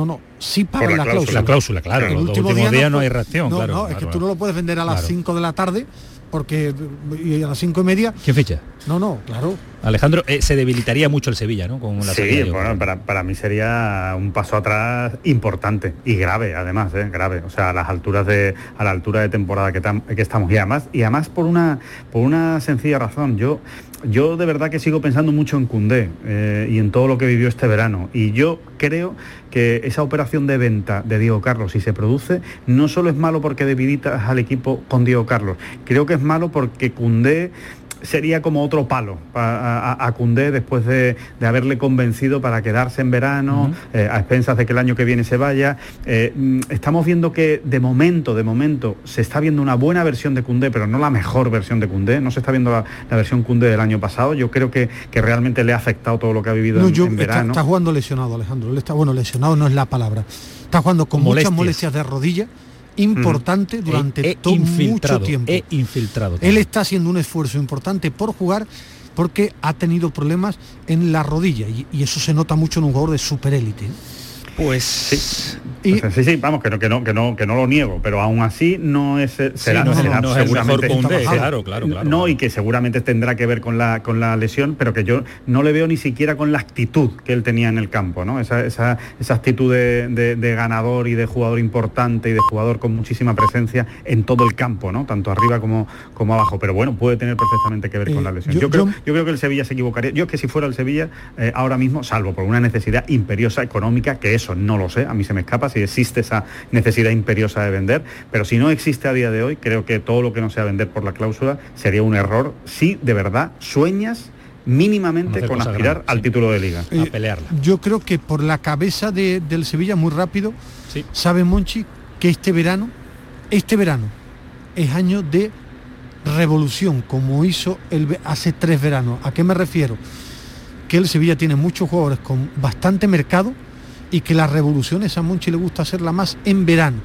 [SPEAKER 3] sí pagan
[SPEAKER 12] Por
[SPEAKER 3] la,
[SPEAKER 12] la
[SPEAKER 3] cláusula.
[SPEAKER 2] La cláusula, claro.
[SPEAKER 3] El
[SPEAKER 2] Los
[SPEAKER 3] último
[SPEAKER 2] últimos
[SPEAKER 3] día
[SPEAKER 2] días no
[SPEAKER 3] fue-
[SPEAKER 2] hay reacción,
[SPEAKER 3] no,
[SPEAKER 2] claro.
[SPEAKER 3] No, es
[SPEAKER 2] claro,
[SPEAKER 3] que
[SPEAKER 2] claro.
[SPEAKER 3] tú no lo puedes vender a las
[SPEAKER 2] Claro.
[SPEAKER 3] cinco de la tarde porque y a las cinco y media.
[SPEAKER 2] ¿Qué fecha?
[SPEAKER 3] No, no, claro.
[SPEAKER 2] Alejandro, eh, se debilitaría mucho el Sevilla, ¿no? Con la salida
[SPEAKER 12] Sí,
[SPEAKER 2] de
[SPEAKER 12] bueno,
[SPEAKER 2] Ocampos.
[SPEAKER 12] para, para mí sería un paso atrás importante y grave, además, ¿eh? grave. O sea, a las alturas de a la altura de temporada que, tam- que estamos y además y además por una por una sencilla razón. Yo yo de verdad que sigo pensando mucho en Koundé eh, y en todo lo que vivió este verano. Y yo creo que esa operación de venta de Diego Carlos, si se produce, no solo es malo porque debilitas al equipo con Diego Carlos. Creo que es malo porque Koundé sería como otro palo a, a, a Koundé después de, de haberle convencido para quedarse en verano, uh-huh. eh, a expensas de que el año que viene se vaya. Eh, estamos viendo que de momento, de momento, se está viendo una buena versión de Koundé, pero no la mejor versión de Koundé. No se está viendo la, la versión Koundé del año pasado. Yo creo que, que realmente le ha afectado todo lo que ha vivido
[SPEAKER 3] No,
[SPEAKER 12] en,
[SPEAKER 3] yo,
[SPEAKER 12] en
[SPEAKER 3] está,
[SPEAKER 12] verano.
[SPEAKER 3] está jugando lesionado, Alejandro. Él está, bueno, lesionado no es la palabra. Está jugando con
[SPEAKER 2] Molestias.
[SPEAKER 3] muchas molestias de rodilla importante mm. durante
[SPEAKER 2] he, he
[SPEAKER 3] todo mucho tiempo.
[SPEAKER 2] He infiltrado.
[SPEAKER 3] Él está haciendo un esfuerzo importante por jugar porque ha tenido problemas en la rodilla y, y eso se nota mucho en un jugador de superélite.
[SPEAKER 2] Pues
[SPEAKER 12] sí. Y, pues, sí, sí, vamos, que no, que no, que no, que no lo niego, pero aún así no es será,
[SPEAKER 2] sí, no,
[SPEAKER 12] será
[SPEAKER 2] no, no
[SPEAKER 12] seguramente
[SPEAKER 2] es el mejor Koundé, claro, claro, claro.
[SPEAKER 12] No, y que seguramente tendrá que ver con la con la lesión, pero que yo no le veo ni siquiera con la actitud que él tenía en el campo, ¿no? Esa, esa, esa actitud de, de, de ganador y de jugador importante y de jugador con muchísima presencia en todo el campo, ¿no? Tanto arriba como, como abajo. Pero bueno, puede tener perfectamente que ver eh, con la lesión. Yo, yo, creo, yo... yo creo que el Sevilla se equivocaría. Yo es que si fuera el Sevilla, eh, ahora mismo, salvo por una necesidad imperiosa económica, que eso no lo sé, a mí se me escapa si existe esa necesidad imperiosa de vender, pero si no existe a día de hoy, creo que todo lo que no sea vender por la cláusula sería un error si de verdad sueñas mínimamente con aspirar grande, al sí. título de Liga.
[SPEAKER 3] Eh,
[SPEAKER 2] a pelearla.
[SPEAKER 3] Yo creo que por la cabeza de, del Sevilla, muy rápido, sí. sabe Monchi que este verano, este verano es año de revolución, como hizo el, hace tres veranos. ¿A qué me refiero? Que el Sevilla tiene muchos jugadores con bastante mercado y que las revoluciones a Monchi le gusta hacerla más en verano,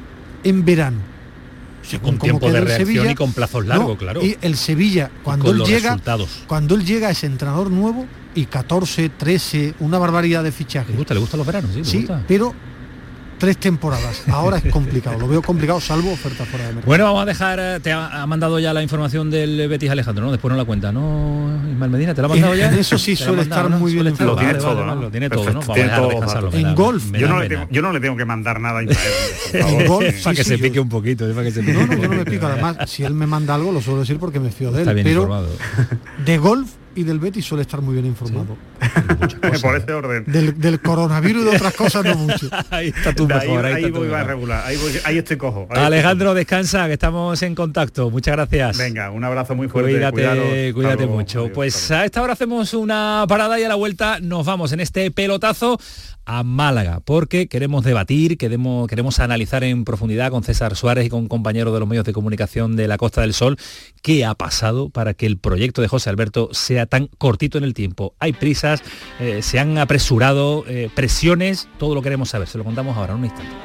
[SPEAKER 3] en verano.
[SPEAKER 2] Según con tiempo de reacción Sevilla, y con plazos largos, no, claro.
[SPEAKER 3] Y el Sevilla, cuando él llega, resultados. cuando él llega es entrenador nuevo y catorce, trece, una barbaridad de fichajes.
[SPEAKER 2] ¿Le gusta? ¿Le gustan los veranos? Sí,
[SPEAKER 3] sí
[SPEAKER 2] gusta.
[SPEAKER 3] Pero tres temporadas. Ahora es complicado, lo veo complicado, salvo ofertas fuera de mercado.
[SPEAKER 2] Bueno, vamos a dejar, te ha, ha mandado ya la información del Betis Alejandro, ¿no? Después no la cuenta, ¿no? Ismael Medina, ¿te la ha mandado ya?
[SPEAKER 3] Eso sí suele
[SPEAKER 2] mandado,
[SPEAKER 3] estar
[SPEAKER 2] ¿no?
[SPEAKER 3] muy bien
[SPEAKER 12] informado. Lo tiene
[SPEAKER 2] vale,
[SPEAKER 12] todo,
[SPEAKER 2] vale,
[SPEAKER 12] ¿no?
[SPEAKER 2] Lo tiene
[SPEAKER 12] Perfecto,
[SPEAKER 2] todo, ¿no? Vamos
[SPEAKER 12] tiene
[SPEAKER 2] a dejar
[SPEAKER 12] todo,
[SPEAKER 2] descansarlo.
[SPEAKER 3] En
[SPEAKER 2] da,
[SPEAKER 3] golf.
[SPEAKER 12] Yo no, le tengo, yo no le tengo que mandar nada a Ismael.
[SPEAKER 3] En golf,
[SPEAKER 2] para
[SPEAKER 3] sí,
[SPEAKER 2] que
[SPEAKER 3] sí,
[SPEAKER 2] se
[SPEAKER 3] yo...
[SPEAKER 2] pique un poquito. Para que se pique
[SPEAKER 3] no,
[SPEAKER 2] un
[SPEAKER 3] no, yo no me
[SPEAKER 2] poquito.
[SPEAKER 3] pico. Además, si él me manda algo, lo suelo decir porque me fío de él.
[SPEAKER 2] Está bien
[SPEAKER 3] pero
[SPEAKER 2] informado.
[SPEAKER 3] De golf y del Betis suele estar muy bien informado.
[SPEAKER 2] Sí, cosas,
[SPEAKER 12] por ese orden.
[SPEAKER 3] Del, del coronavirus y de otras cosas no mucho.
[SPEAKER 2] Ahí está tu mejor.
[SPEAKER 12] Ahí,
[SPEAKER 2] ahí,
[SPEAKER 12] ahí
[SPEAKER 2] está
[SPEAKER 12] voy
[SPEAKER 2] tu
[SPEAKER 12] a
[SPEAKER 2] mejor.
[SPEAKER 12] regular. Ahí, voy, ahí estoy cojo. Ahí
[SPEAKER 2] Alejandro,
[SPEAKER 12] estoy
[SPEAKER 2] descansa, que estamos en contacto. Muchas gracias.
[SPEAKER 12] Venga, un abrazo muy fuerte.
[SPEAKER 2] Cuídate,
[SPEAKER 12] Cuidaros,
[SPEAKER 2] cuídate
[SPEAKER 12] luego,
[SPEAKER 2] mucho.
[SPEAKER 12] adiós,
[SPEAKER 2] pues a esta hora hacemos una parada y a la vuelta nos vamos en este pelotazo a Málaga, porque queremos debatir, queremos, queremos analizar en profundidad con César Suárez y con compañeros de los medios de comunicación de la Costa del Sol qué ha pasado para que el proyecto de José Alberto sea tan cortito en el tiempo. Hay prisas, eh, se han apresurado, eh, presiones, todo lo queremos saber. Se lo contamos ahora en un instante.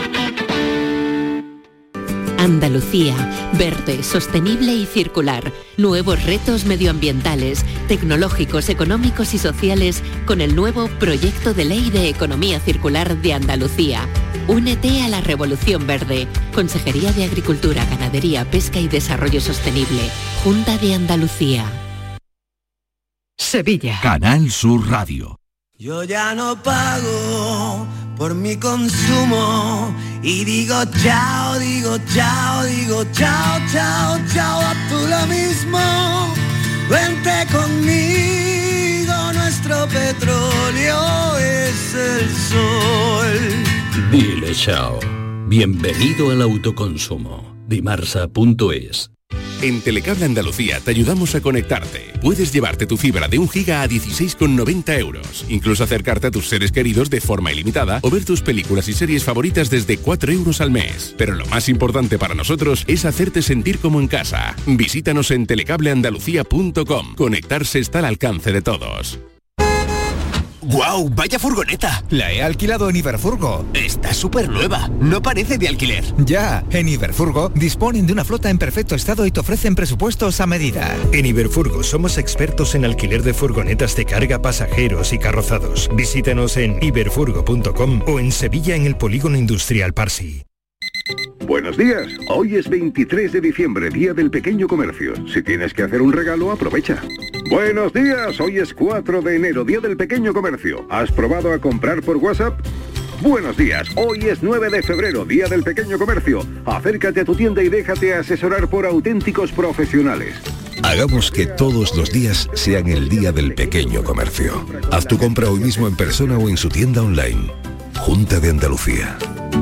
[SPEAKER 9] Andalucía, verde, sostenible y circular. Nuevos retos medioambientales, tecnológicos, económicos y sociales con el nuevo Proyecto de Ley de Economía Circular de Andalucía. Únete a la Revolución Verde. Consejería de Agricultura, Ganadería, Pesca y Desarrollo Sostenible. Junta de Andalucía.
[SPEAKER 1] Sevilla.
[SPEAKER 10] Canal Sur Radio.
[SPEAKER 13] Yo ya no pago por mi consumo y digo chao, digo chao, digo chao, chao, chao, a tú lo mismo. Vente conmigo, nuestro petróleo es el sol.
[SPEAKER 14] Dile chao. Bienvenido al autoconsumo. Dimarsa punto es.
[SPEAKER 15] En Telecable Andalucía te ayudamos a conectarte. Puedes llevarte tu fibra de un giga a dieciséis con noventa euros. Incluso acercarte a tus seres queridos de forma ilimitada o ver tus películas y series favoritas desde cuatro euros al mes. Pero lo más importante para nosotros es hacerte sentir como en casa. Visítanos en telecable andalucía punto com. Conectarse está al alcance de todos.
[SPEAKER 16] ¡Guau! ¡Vaya furgoneta!
[SPEAKER 17] La he alquilado en Iberfurgo.
[SPEAKER 16] Está súper nueva. No parece de alquiler.
[SPEAKER 17] Ya, en Iberfurgo disponen de una flota en perfecto estado y te ofrecen presupuestos a medida.
[SPEAKER 18] En Iberfurgo somos expertos en alquiler de furgonetas de carga, pasajeros y carrozados. Visítanos en iberfurgo punto com o en Sevilla en el Polígono Industrial Parsi.
[SPEAKER 6] Buenos días, hoy es veintitrés de diciembre, Día del Pequeño Comercio. Si tienes que hacer un regalo, aprovecha. Buenos días, hoy es cuatro de enero, Día del Pequeño Comercio. ¿Has probado a comprar por WhatsApp? Buenos días, hoy es nueve de febrero, Día del Pequeño Comercio. Acércate a tu tienda y déjate asesorar por auténticos profesionales.
[SPEAKER 7] Hagamos que todos los días sean el Día del Pequeño Comercio. Haz tu compra hoy mismo en persona o en su tienda online. Junta de Andalucía.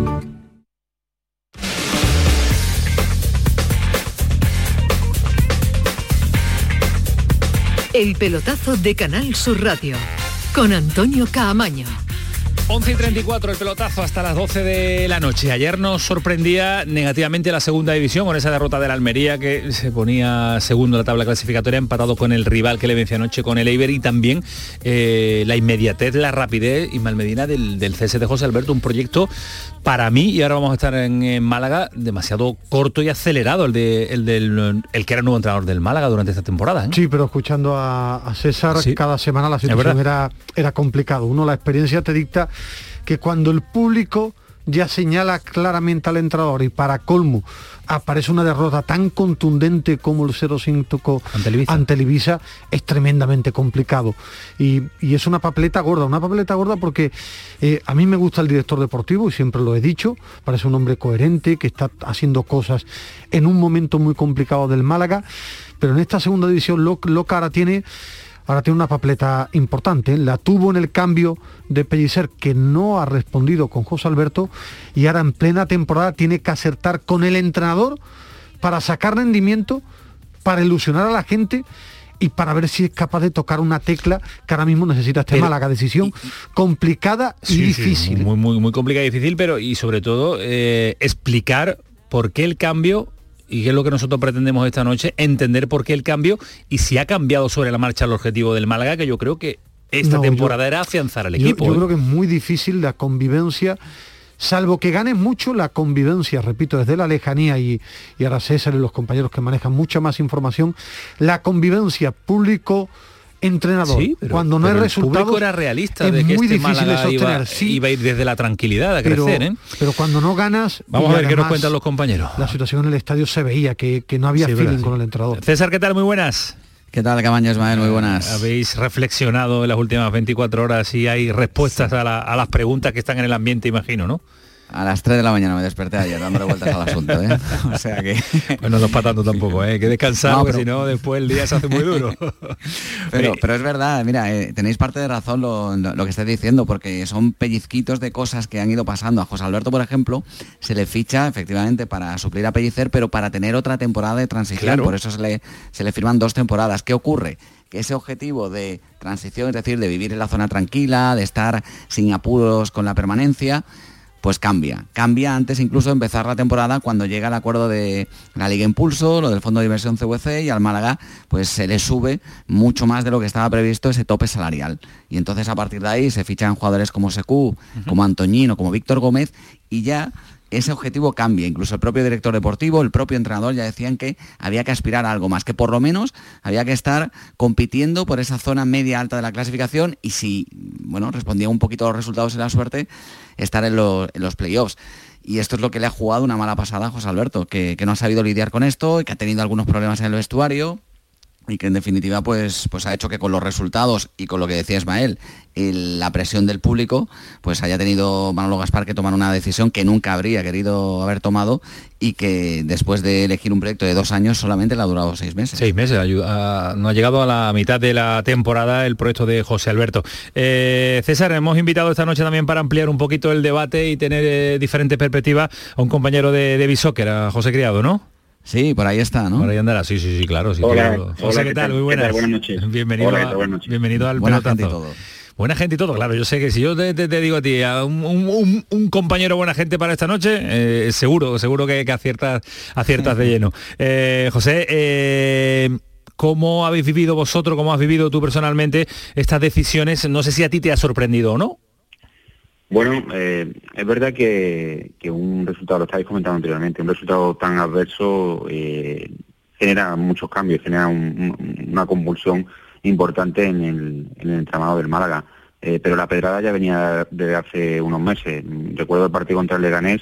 [SPEAKER 1] El pelotazo de Canal Sur Radio, con Antonio Caamaño.
[SPEAKER 2] once y treinta y cuatro el pelotazo hasta las doce de la noche. Ayer nos sorprendía negativamente la segunda división con esa derrota del Almería, que se ponía segundo en la tabla clasificatoria, empatado con el rival que le venció anoche, con el Eibar, y también eh, la inmediatez, la rapidez y Malmedina del, del cese de José Alberto, un proyecto para mí, y ahora vamos a estar en, en Málaga, demasiado corto y acelerado, el, de, el, del, el que era el nuevo entrenador del Málaga durante esta temporada, ¿eh?
[SPEAKER 3] Sí, pero escuchando a, a César,
[SPEAKER 2] sí,
[SPEAKER 3] cada semana la situación era, era complicado. Uno, la experiencia te dicta que cuando el público ya señala claramente al entrenador y para colmo aparece una derrota tan contundente como el cero cinco ante Ibiza. ante el Ibiza, es tremendamente complicado. Y, y es una papeleta gorda, una papeleta gorda porque eh, a mí me gusta el director deportivo y siempre lo he dicho, parece un hombre coherente, que está haciendo cosas en un momento muy complicado del Málaga, pero en esta segunda división lo, lo que ahora tiene... Ahora tiene una papeleta importante, la tuvo en el cambio de Pellicer, que no ha respondido con José Alberto, y ahora en plena temporada tiene que acertar con el entrenador para sacar rendimiento, para ilusionar a la gente y para ver si es capaz de tocar una tecla que ahora mismo necesita este pero, Málaga. Decisión y, complicada y sí, difícil.
[SPEAKER 2] Sí, muy, muy, muy complicada y difícil, pero y sobre todo eh, explicar por qué el cambio... y qué es lo que nosotros pretendemos esta noche, entender por qué el cambio y si ha cambiado sobre la marcha el objetivo del Málaga, que yo creo que esta no, temporada yo, era afianzar al equipo.
[SPEAKER 3] Yo, yo
[SPEAKER 2] ¿eh?
[SPEAKER 3] creo que es muy difícil la convivencia, salvo que ganes mucho la convivencia, repito, desde la lejanía, y, y ahora César y los compañeros que manejan mucha más información, la convivencia público... entrenador, sí, pero, cuando no hay resultados, el público
[SPEAKER 2] era realista de que
[SPEAKER 3] muy
[SPEAKER 2] este
[SPEAKER 3] difícil
[SPEAKER 2] Málaga
[SPEAKER 3] de sostener,
[SPEAKER 2] iba,
[SPEAKER 3] sí,
[SPEAKER 2] iba a ir desde la tranquilidad a
[SPEAKER 3] pero,
[SPEAKER 2] crecer, ¿eh?
[SPEAKER 3] pero cuando no ganas,
[SPEAKER 2] vamos a ver qué nos cuentan los compañeros.
[SPEAKER 3] La situación en el estadio se veía que, que no había sí, feeling verdad, con sí. el entrenador.
[SPEAKER 2] César, ¿qué tal? Muy buenas.
[SPEAKER 19] ¿Qué tal, Cabaño, Ismael? Muy buenas.
[SPEAKER 2] ¿Habéis reflexionado en las últimas veinticuatro horas y hay respuestas sí. a, la, a las preguntas que están en el ambiente, imagino, ¿no?
[SPEAKER 19] A las tres de la mañana me desperté ayer dándole vueltas al asunto, ¿eh? O sea que...
[SPEAKER 2] Bueno, no es para tanto tampoco, ¿eh? Hay que descansar, no, porque pero... si no, después el día se hace muy duro.
[SPEAKER 19] pero, pero es verdad, mira, eh, tenéis parte de razón lo, lo, lo que estáis diciendo, porque son pellizquitos de cosas que han ido pasando. A José Alberto, por ejemplo, se le ficha efectivamente para suplir a Pellicer, pero para tener otra temporada de transición. Claro. Por eso se le, se le firman dos temporadas. ¿Qué ocurre? Que ese objetivo de transición, es decir, de vivir en la zona tranquila, de estar sin apuros con la permanencia... pues cambia, cambia antes incluso de empezar la temporada, cuando llega el acuerdo de la Liga Impulso, lo del Fondo de Inversión C V C, y al Málaga pues se le sube mucho más de lo que estaba previsto ese tope salarial. Y entonces a partir de ahí se fichan jugadores como Secú, uh-huh. como Antoñín o como Víctor Gómez, y ya ese objetivo cambia. Incluso el propio director deportivo, el propio entrenador ya decían que había que aspirar a algo más, que por lo menos había que estar compitiendo por esa zona media alta de la clasificación, y si, bueno, respondía un poquito a los resultados y la suerte, estar en, lo, en los playoffs. Y esto es lo que le ha jugado una mala pasada a José Alberto, que, que no ha sabido lidiar con esto y que ha tenido algunos problemas en el vestuario, y que en definitiva pues, pues ha hecho que con los resultados y con lo que decía Ismael, el, la presión del público, pues haya tenido Manolo Gaspar que tomar una decisión que nunca habría querido haber tomado, y que después de elegir un proyecto de dos años solamente le ha durado seis meses.
[SPEAKER 2] Seis meses, ayuda, no ha llegado a la mitad de la temporada el proyecto de José Alberto. Eh, César, hemos invitado esta noche también para ampliar un poquito el debate y tener eh, diferentes perspectivas a un compañero de, de Bisóquer, a José Criado, ¿no?
[SPEAKER 19] Sí, por ahí está, ¿no?
[SPEAKER 2] Por ahí andará, sí, sí, sí, claro. Sí,
[SPEAKER 20] hola,
[SPEAKER 2] claro. José,
[SPEAKER 20] hola,
[SPEAKER 2] ¿qué, ¿qué tal? Muy buenas.
[SPEAKER 20] Buenas noches.
[SPEAKER 2] Bienvenido,
[SPEAKER 20] hola,
[SPEAKER 2] a,
[SPEAKER 20] buenas noches.
[SPEAKER 2] bienvenido al
[SPEAKER 19] Buena
[SPEAKER 2] pelotazo.
[SPEAKER 19] Gente y todo.
[SPEAKER 2] Buena gente y todo, claro. Yo sé que si yo te, te, te digo a ti, a un, un, un compañero buena gente para esta noche, eh, seguro, seguro que, que aciertas, aciertas de lleno. Eh, José, eh, ¿Cómo habéis vivido vosotros, cómo has vivido tú personalmente estas decisiones? No sé si a ti te ha sorprendido o no.
[SPEAKER 20] Bueno, eh, es verdad que, que un resultado, lo estáis comentando anteriormente, un resultado tan adverso eh, genera muchos cambios, genera un, un, una convulsión importante en el, en el entramado del Málaga. Eh, pero la pedrada ya venía desde hace unos meses. Recuerdo el partido contra el Leganés,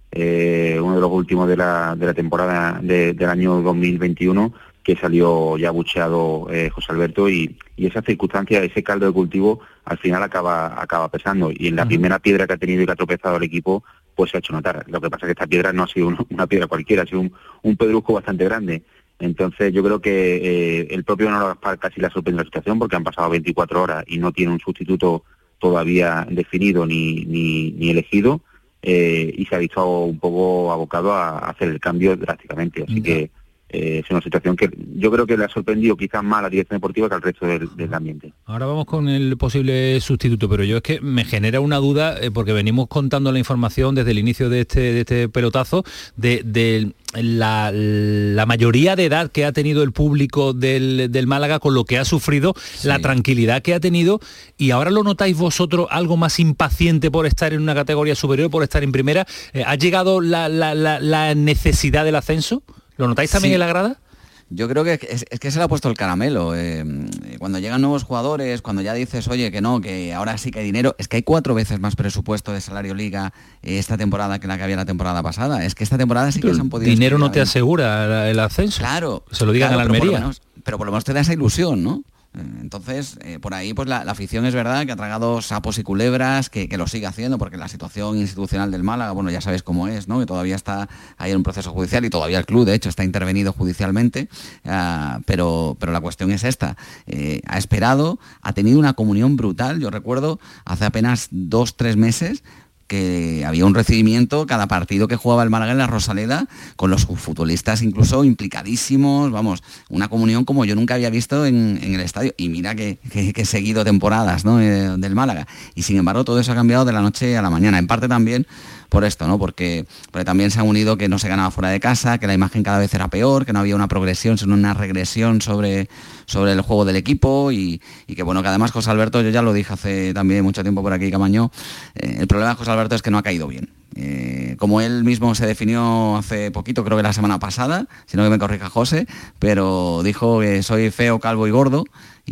[SPEAKER 20] eh, uno de los últimos de la, de la temporada de, del año dos mil veintiuno, que salió ya bucheado eh, José Alberto, y, y esa circunstancia, ese caldo de cultivo, al final acaba acaba pesando, y en la uh-huh. primera piedra que ha tenido y que ha tropezado el equipo, pues se ha hecho notar. Lo que pasa es que esta piedra no ha sido un, una piedra cualquiera, ha sido un, un pedrusco bastante grande. Entonces yo creo que eh, el propio Manolo Gaspar casi le ha sorprendido la situación, porque han pasado veinticuatro horas y no tiene un sustituto todavía definido ni, ni, ni elegido, eh, y se ha visto un poco abocado a, a hacer el cambio drásticamente. Así uh-huh. que Eh, es una situación que yo creo que le ha sorprendido quizás más a la dirección deportiva que al resto del, del ambiente.
[SPEAKER 2] Ahora vamos con el posible sustituto, pero yo es que me genera una duda, eh, porque venimos contando la información desde el inicio de este, de este pelotazo, de, de la, la mayoría de edad que ha tenido el público del, del Málaga, con lo que ha sufrido, sí. la tranquilidad que ha tenido, y ahora lo notáis vosotros algo más impaciente por estar en una categoría superior, por estar en primera. Eh, ¿Ha llegado la, la, la, la necesidad del ascenso? ¿Lo notáis también sí. en la grada?
[SPEAKER 19] Yo creo que es, es que se le ha puesto el caramelo. Eh, cuando llegan nuevos jugadores, cuando ya dices, oye, que no, que ahora sí que hay dinero, es que hay cuatro veces más presupuesto de salario liga esta temporada que la que había la temporada pasada. Es que esta temporada sí que pero se han podido...
[SPEAKER 2] Dinero no te bien. asegura el ascenso.
[SPEAKER 19] Claro.
[SPEAKER 2] Se lo digan
[SPEAKER 19] claro,
[SPEAKER 2] a la Almería.
[SPEAKER 19] Pero por, menos, pero por lo menos te da esa ilusión, ¿no? Entonces, eh, por ahí pues la, la afición es verdad que ha tragado sapos y culebras, que, que lo sigue haciendo, porque la situación institucional del Málaga, bueno, ya sabéis cómo es, ¿no? Que todavía está ahí en un proceso judicial, y todavía el club, de hecho, está intervenido judicialmente, uh, pero, pero la cuestión es esta. Eh, ha esperado, ha tenido una comunión brutal. Yo recuerdo hace apenas dos, tres meses que había un recibimiento cada partido que jugaba el Málaga en la Rosaleda, con los futbolistas incluso implicadísimos, vamos, una comunión como yo nunca había visto en, en el estadio. Y mira que, que, que he seguido temporadas, ¿no? eh, del Málaga, y sin embargo todo eso ha cambiado de la noche a la mañana, en parte también por esto, ¿no? Porque, porque también se han unido que no se ganaba fuera de casa, que la imagen cada vez era peor, que no había una progresión, sino una regresión sobre, sobre el juego del equipo, y, y que bueno, que además José Alberto, yo ya lo dije hace también mucho tiempo por aquí, Camaño, eh, el problema de José Alberto es que no ha caído bien. Eh, como él mismo se definió hace poquito, creo que la semana pasada, si no que me corrija José, pero dijo que soy feo, calvo y gordo,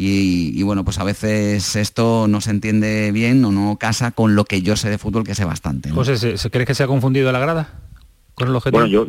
[SPEAKER 19] y, y bueno, pues a veces esto no se entiende bien o no casa con lo que yo sé de fútbol, que sé bastante, ¿no?
[SPEAKER 2] José, ¿se, ¿crees que se ha confundido la grada con el objetivo?
[SPEAKER 20] Bueno, yo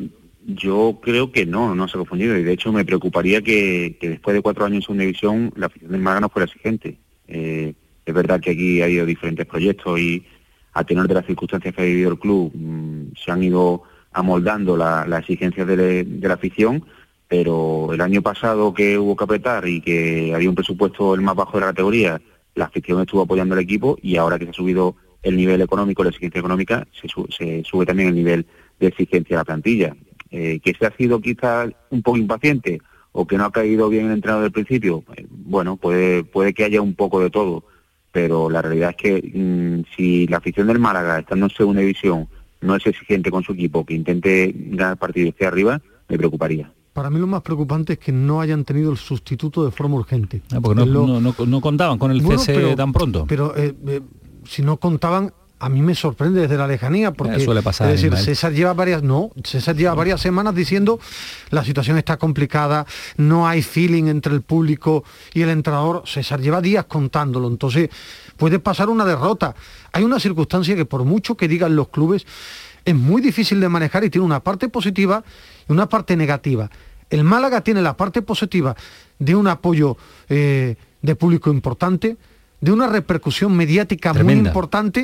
[SPEAKER 20] yo creo que no, no se ha confundido, y de hecho me preocuparía que, que después de cuatro años en segunda división la afición del Málaga no fuera exigente. Eh, es verdad que aquí ha habido diferentes proyectos, y a tenor de las circunstancias que ha vivido el club, mmm, se han ido amoldando las la exigencias de, le, de la afición, pero el año pasado, que hubo que apretar y que había un presupuesto el más bajo de la categoría, la afición estuvo apoyando al equipo, y ahora que se ha subido el nivel económico, la exigencia económica, se, su, se sube también el nivel de exigencia de la plantilla. Eh, que se ha sido quizás un poco impaciente, o que no ha caído bien el entrenador del principio, eh, bueno, puede, puede que haya un poco de todo, pero la realidad es que mmm, si la afición del Málaga, estando en segunda división, no es exigente con su equipo, que intente ganar partidos y esté arriba, me preocuparía.
[SPEAKER 3] Para mí lo más preocupante es que no hayan tenido el sustituto de forma urgente.
[SPEAKER 2] Ah, porque no, lo... no, no, no contaban con el
[SPEAKER 3] bueno,
[SPEAKER 2] cese
[SPEAKER 3] pero,
[SPEAKER 2] tan pronto.
[SPEAKER 3] Pero eh, eh, si no contaban, a mí me sorprende desde la lejanía, porque
[SPEAKER 2] eh, suele pasar,
[SPEAKER 3] es decir,
[SPEAKER 2] Ismael.
[SPEAKER 3] César lleva varias, no, César lleva varias semanas diciendo la situación está complicada, no hay feeling entre el público y el entrenador. César lleva días contándolo, entonces puede pasar una derrota. Hay una circunstancia que, por mucho que digan los clubes, es muy difícil de manejar, y tiene una parte positiva y una parte negativa. El Málaga tiene la parte positiva de un apoyo eh, de público importante, de una repercusión mediática Tremenda. muy importante,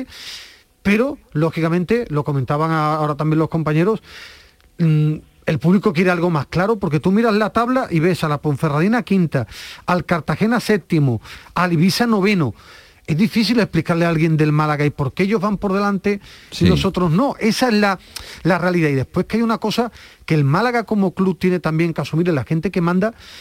[SPEAKER 3] pero lógicamente, lo comentaban ahora también los compañeros, mmm, el público quiere algo más claro, porque tú miras la tabla y ves a la Ponferradina quinta, al Cartagena séptimo, al Ibiza noveno. Es difícil explicarle a alguien del Málaga y por qué ellos van por delante sí. y nosotros no. Esa es la, la realidad. Y después que hay una cosa que el Málaga como club tiene también que asumir, es la gente que manda,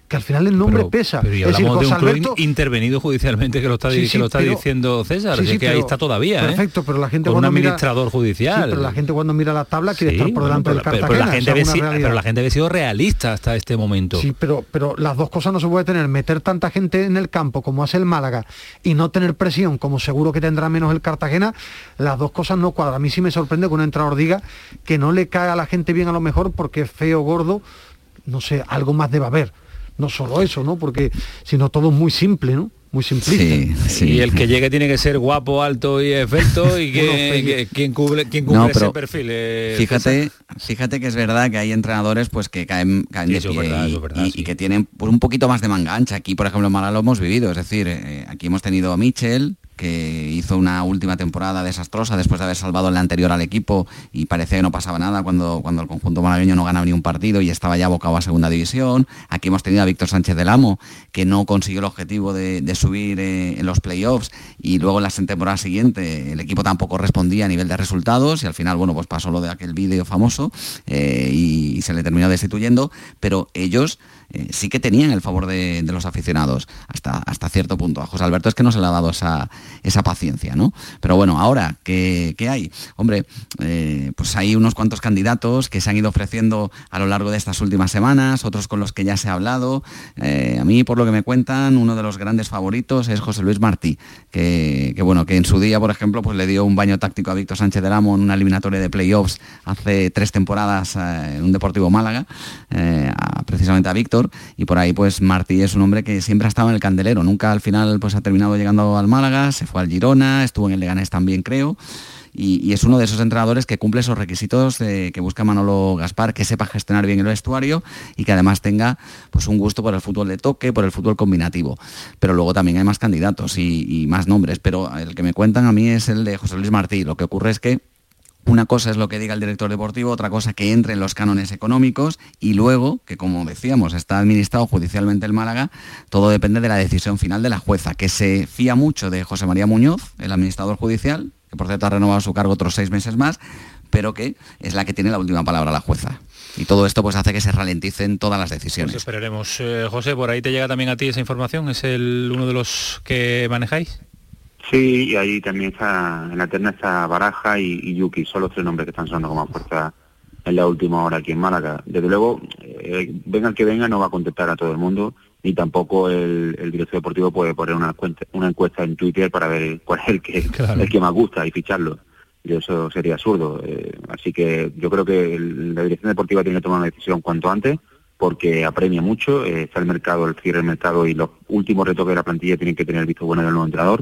[SPEAKER 3] que al final el nombre
[SPEAKER 2] pero,
[SPEAKER 3] pesa.
[SPEAKER 2] Pero y
[SPEAKER 3] es
[SPEAKER 2] hablamos
[SPEAKER 3] decir,
[SPEAKER 2] de un
[SPEAKER 3] José
[SPEAKER 2] club
[SPEAKER 3] Alberto,
[SPEAKER 2] intervenido judicialmente que lo está,
[SPEAKER 3] sí,
[SPEAKER 2] que
[SPEAKER 3] sí,
[SPEAKER 2] lo está
[SPEAKER 3] pero,
[SPEAKER 2] diciendo César,
[SPEAKER 3] sí, sí,
[SPEAKER 2] es que
[SPEAKER 3] pero,
[SPEAKER 2] ahí está todavía,
[SPEAKER 3] perfecto,
[SPEAKER 2] ¿eh?
[SPEAKER 3] pero la gente
[SPEAKER 2] con un
[SPEAKER 3] cuando mira,
[SPEAKER 2] administrador judicial.
[SPEAKER 3] sí, pero la gente cuando mira la tabla quiere
[SPEAKER 2] Sí,
[SPEAKER 3] estar por
[SPEAKER 2] bueno,
[SPEAKER 3] delante
[SPEAKER 2] pero,
[SPEAKER 3] del
[SPEAKER 2] pero,
[SPEAKER 3] Cartagena.
[SPEAKER 2] pero la gente
[SPEAKER 3] esa es
[SPEAKER 2] ve,
[SPEAKER 3] una realidad.
[SPEAKER 2] pero la gente había sido realista hasta este momento.
[SPEAKER 3] Sí, pero, pero las dos cosas no se puede tener. Meter tanta gente en el campo como hace el Málaga y no tener presión, como seguro que tendrá menos el Cartagena, las dos cosas no cuadran. A mí sí me sorprende que un entrenador diga que no le cae a la gente bien a lo mejor porque es feo, gordo, no sé, algo más debe haber. No solo eso, ¿no? Porque sino todo muy simple, ¿no? Muy simplista.
[SPEAKER 19] Sí, sí.
[SPEAKER 2] Y el que llegue tiene que ser guapo, alto y esbelto y que,
[SPEAKER 3] Bueno,
[SPEAKER 2] que quien cubre, quien cubre
[SPEAKER 19] No,
[SPEAKER 2] ese
[SPEAKER 19] pero
[SPEAKER 2] perfil. Eh,
[SPEAKER 19] Fíjate, fíjate que es verdad que hay entrenadores pues que caen, caen
[SPEAKER 2] Sí,
[SPEAKER 19] de
[SPEAKER 2] eso es
[SPEAKER 19] pie
[SPEAKER 2] verdad,
[SPEAKER 19] y,
[SPEAKER 2] eso es verdad,
[SPEAKER 19] y-
[SPEAKER 2] sí.
[SPEAKER 19] y que tienen pues, un poquito más de manga ancha. Aquí, por ejemplo, en Málaga lo hemos vivido. Es decir, eh, aquí hemos tenido a Michel, que hizo una última temporada desastrosa después de haber salvado en la anterior al equipo y parecía que no pasaba nada cuando, cuando el conjunto malagueño no ganaba ni un partido y estaba ya abocado a segunda división. Aquí hemos tenido a Víctor Sánchez del Amo, que no consiguió el objetivo de, de subir eh, en los playoffs y luego en la temporada siguiente el equipo tampoco respondía a nivel de resultados y al final, bueno, pues pasó lo de aquel vídeo famoso eh, y, y se le terminó destituyendo, pero ellos eh, sí que tenían el favor de, de los aficionados hasta, hasta cierto punto. A José Alberto es que no se le ha dado esa, esa paciencia, ¿no? Pero bueno, ahora, ¿qué, qué hay? Hombre, eh, pues hay unos cuantos candidatos que se han ido ofreciendo a lo largo de estas últimas semanas, otros con los que ya se ha hablado. Eh, a mí, por lo que me cuentan, uno de los grandes favoritos es José Luis Martí, que, que bueno, que en su día, por ejemplo, pues le dio un baño táctico a Víctor Sánchez del Amo en una eliminatoria de playoffs hace tres temporadas eh, en un Deportivo Málaga, eh, a, precisamente a Víctor, y por ahí pues Martí es un hombre que siempre ha estado en el candelero, nunca al final pues ha terminado llegando al Málaga, se fue al Girona, estuvo en el Leganés también, creo. Y, y es uno de esos entrenadores que cumple esos requisitos de, que busca Manolo Gaspar, que sepa gestionar bien el vestuario y que además tenga pues un gusto por el fútbol de toque, por el fútbol combinativo. Pero luego también hay más candidatos y, y más nombres, pero el que me cuentan a mí es el de José Luis Martí. Lo que ocurre es que una cosa es lo que diga el director deportivo, otra cosa que entre en los cánones económicos y luego, que como decíamos, está administrado judicialmente el Málaga, todo depende de la decisión final de la jueza, que se fía mucho de José María Muñoz, el administrador judicial, que por cierto ha renovado su cargo otros seis meses más, pero que es la que tiene la última palabra la jueza. Y todo esto pues hace que se ralenticen todas las decisiones.
[SPEAKER 2] Pues esperaremos. Eh, José, por ahí te llega también a ti esa información, ¿es el uno de los que manejáis?
[SPEAKER 20] Sí, y ahí también está, en la terna está Baraja y, y Yuki, son los tres nombres que están sonando como fuerza en la última hora aquí en Málaga. Desde luego, eh, venga el que venga, no va a contestar a todo el mundo, ni tampoco el, el director deportivo puede poner una, cuenta, una encuesta en Twitter para ver cuál es el que, claro. el que más gusta y ficharlo. Y eso sería absurdo. Eh, así que yo creo que el, la dirección deportiva tiene que tomar una decisión cuanto antes, porque apremia mucho, eh, está el mercado, el cierre del mercado y los últimos retoques de la plantilla tienen que tener el visto bueno del nuevo entrenador.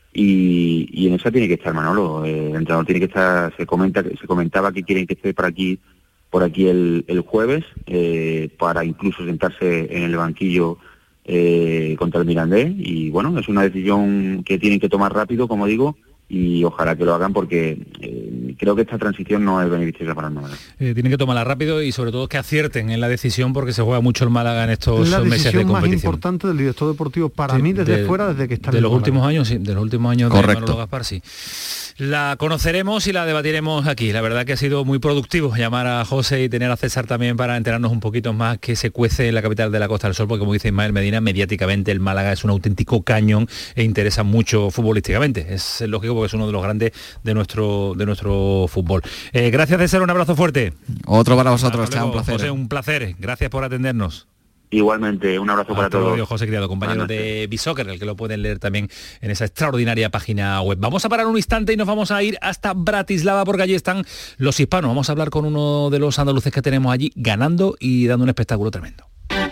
[SPEAKER 20] Y, y en esa tiene que estar Manolo, eh, el entrenador tiene que estar, se comenta se comentaba que quieren que esté por aquí por aquí el, el jueves, eh, para incluso sentarse en el banquillo eh, contra el Mirandés, y bueno, es una decisión que tienen que tomar rápido, como digo, y ojalá que lo hagan porque eh, creo que esta transición no es beneficiosa para el Málaga.
[SPEAKER 2] Eh, tienen que tomarla rápido y sobre todo que acierten en la decisión porque se juega mucho el Málaga en estos
[SPEAKER 3] es la
[SPEAKER 2] meses de competición.
[SPEAKER 3] La decisión más importante del director deportivo para
[SPEAKER 2] sí,
[SPEAKER 3] mí desde
[SPEAKER 2] de,
[SPEAKER 3] fuera, desde que está
[SPEAKER 2] de
[SPEAKER 3] en
[SPEAKER 2] los
[SPEAKER 3] el
[SPEAKER 2] últimos
[SPEAKER 3] Málaga.
[SPEAKER 2] años, sí, de los últimos años
[SPEAKER 19] Correcto.
[SPEAKER 2] de Manolo Gaspar, sí. La conoceremos y la debatiremos aquí. La verdad que ha sido muy productivo llamar a José y tener a César también para enterarnos un poquito más que se cuece en la capital de la Costa del Sol, porque como dice Ismael Medina, mediáticamente el Málaga es un auténtico cañón e interesa mucho futbolísticamente. Es lógico porque es uno de los grandes de nuestro de nuestro fútbol. Eh, gracias, César, un abrazo fuerte.
[SPEAKER 19] Otro para vosotros, chao, un
[SPEAKER 2] placer.
[SPEAKER 19] placer.
[SPEAKER 2] José, un placer. Gracias por atendernos.
[SPEAKER 20] Igualmente, un abrazo para todos.
[SPEAKER 2] Luego, José Criado, compañero de Bisoccer, el que lo pueden leer también en esa extraordinaria página web. Vamos a parar un instante y nos vamos a ir hasta Bratislava porque allí están los hispanos. Vamos a hablar con uno de los andaluces que tenemos allí ganando y dando un espectáculo tremendo.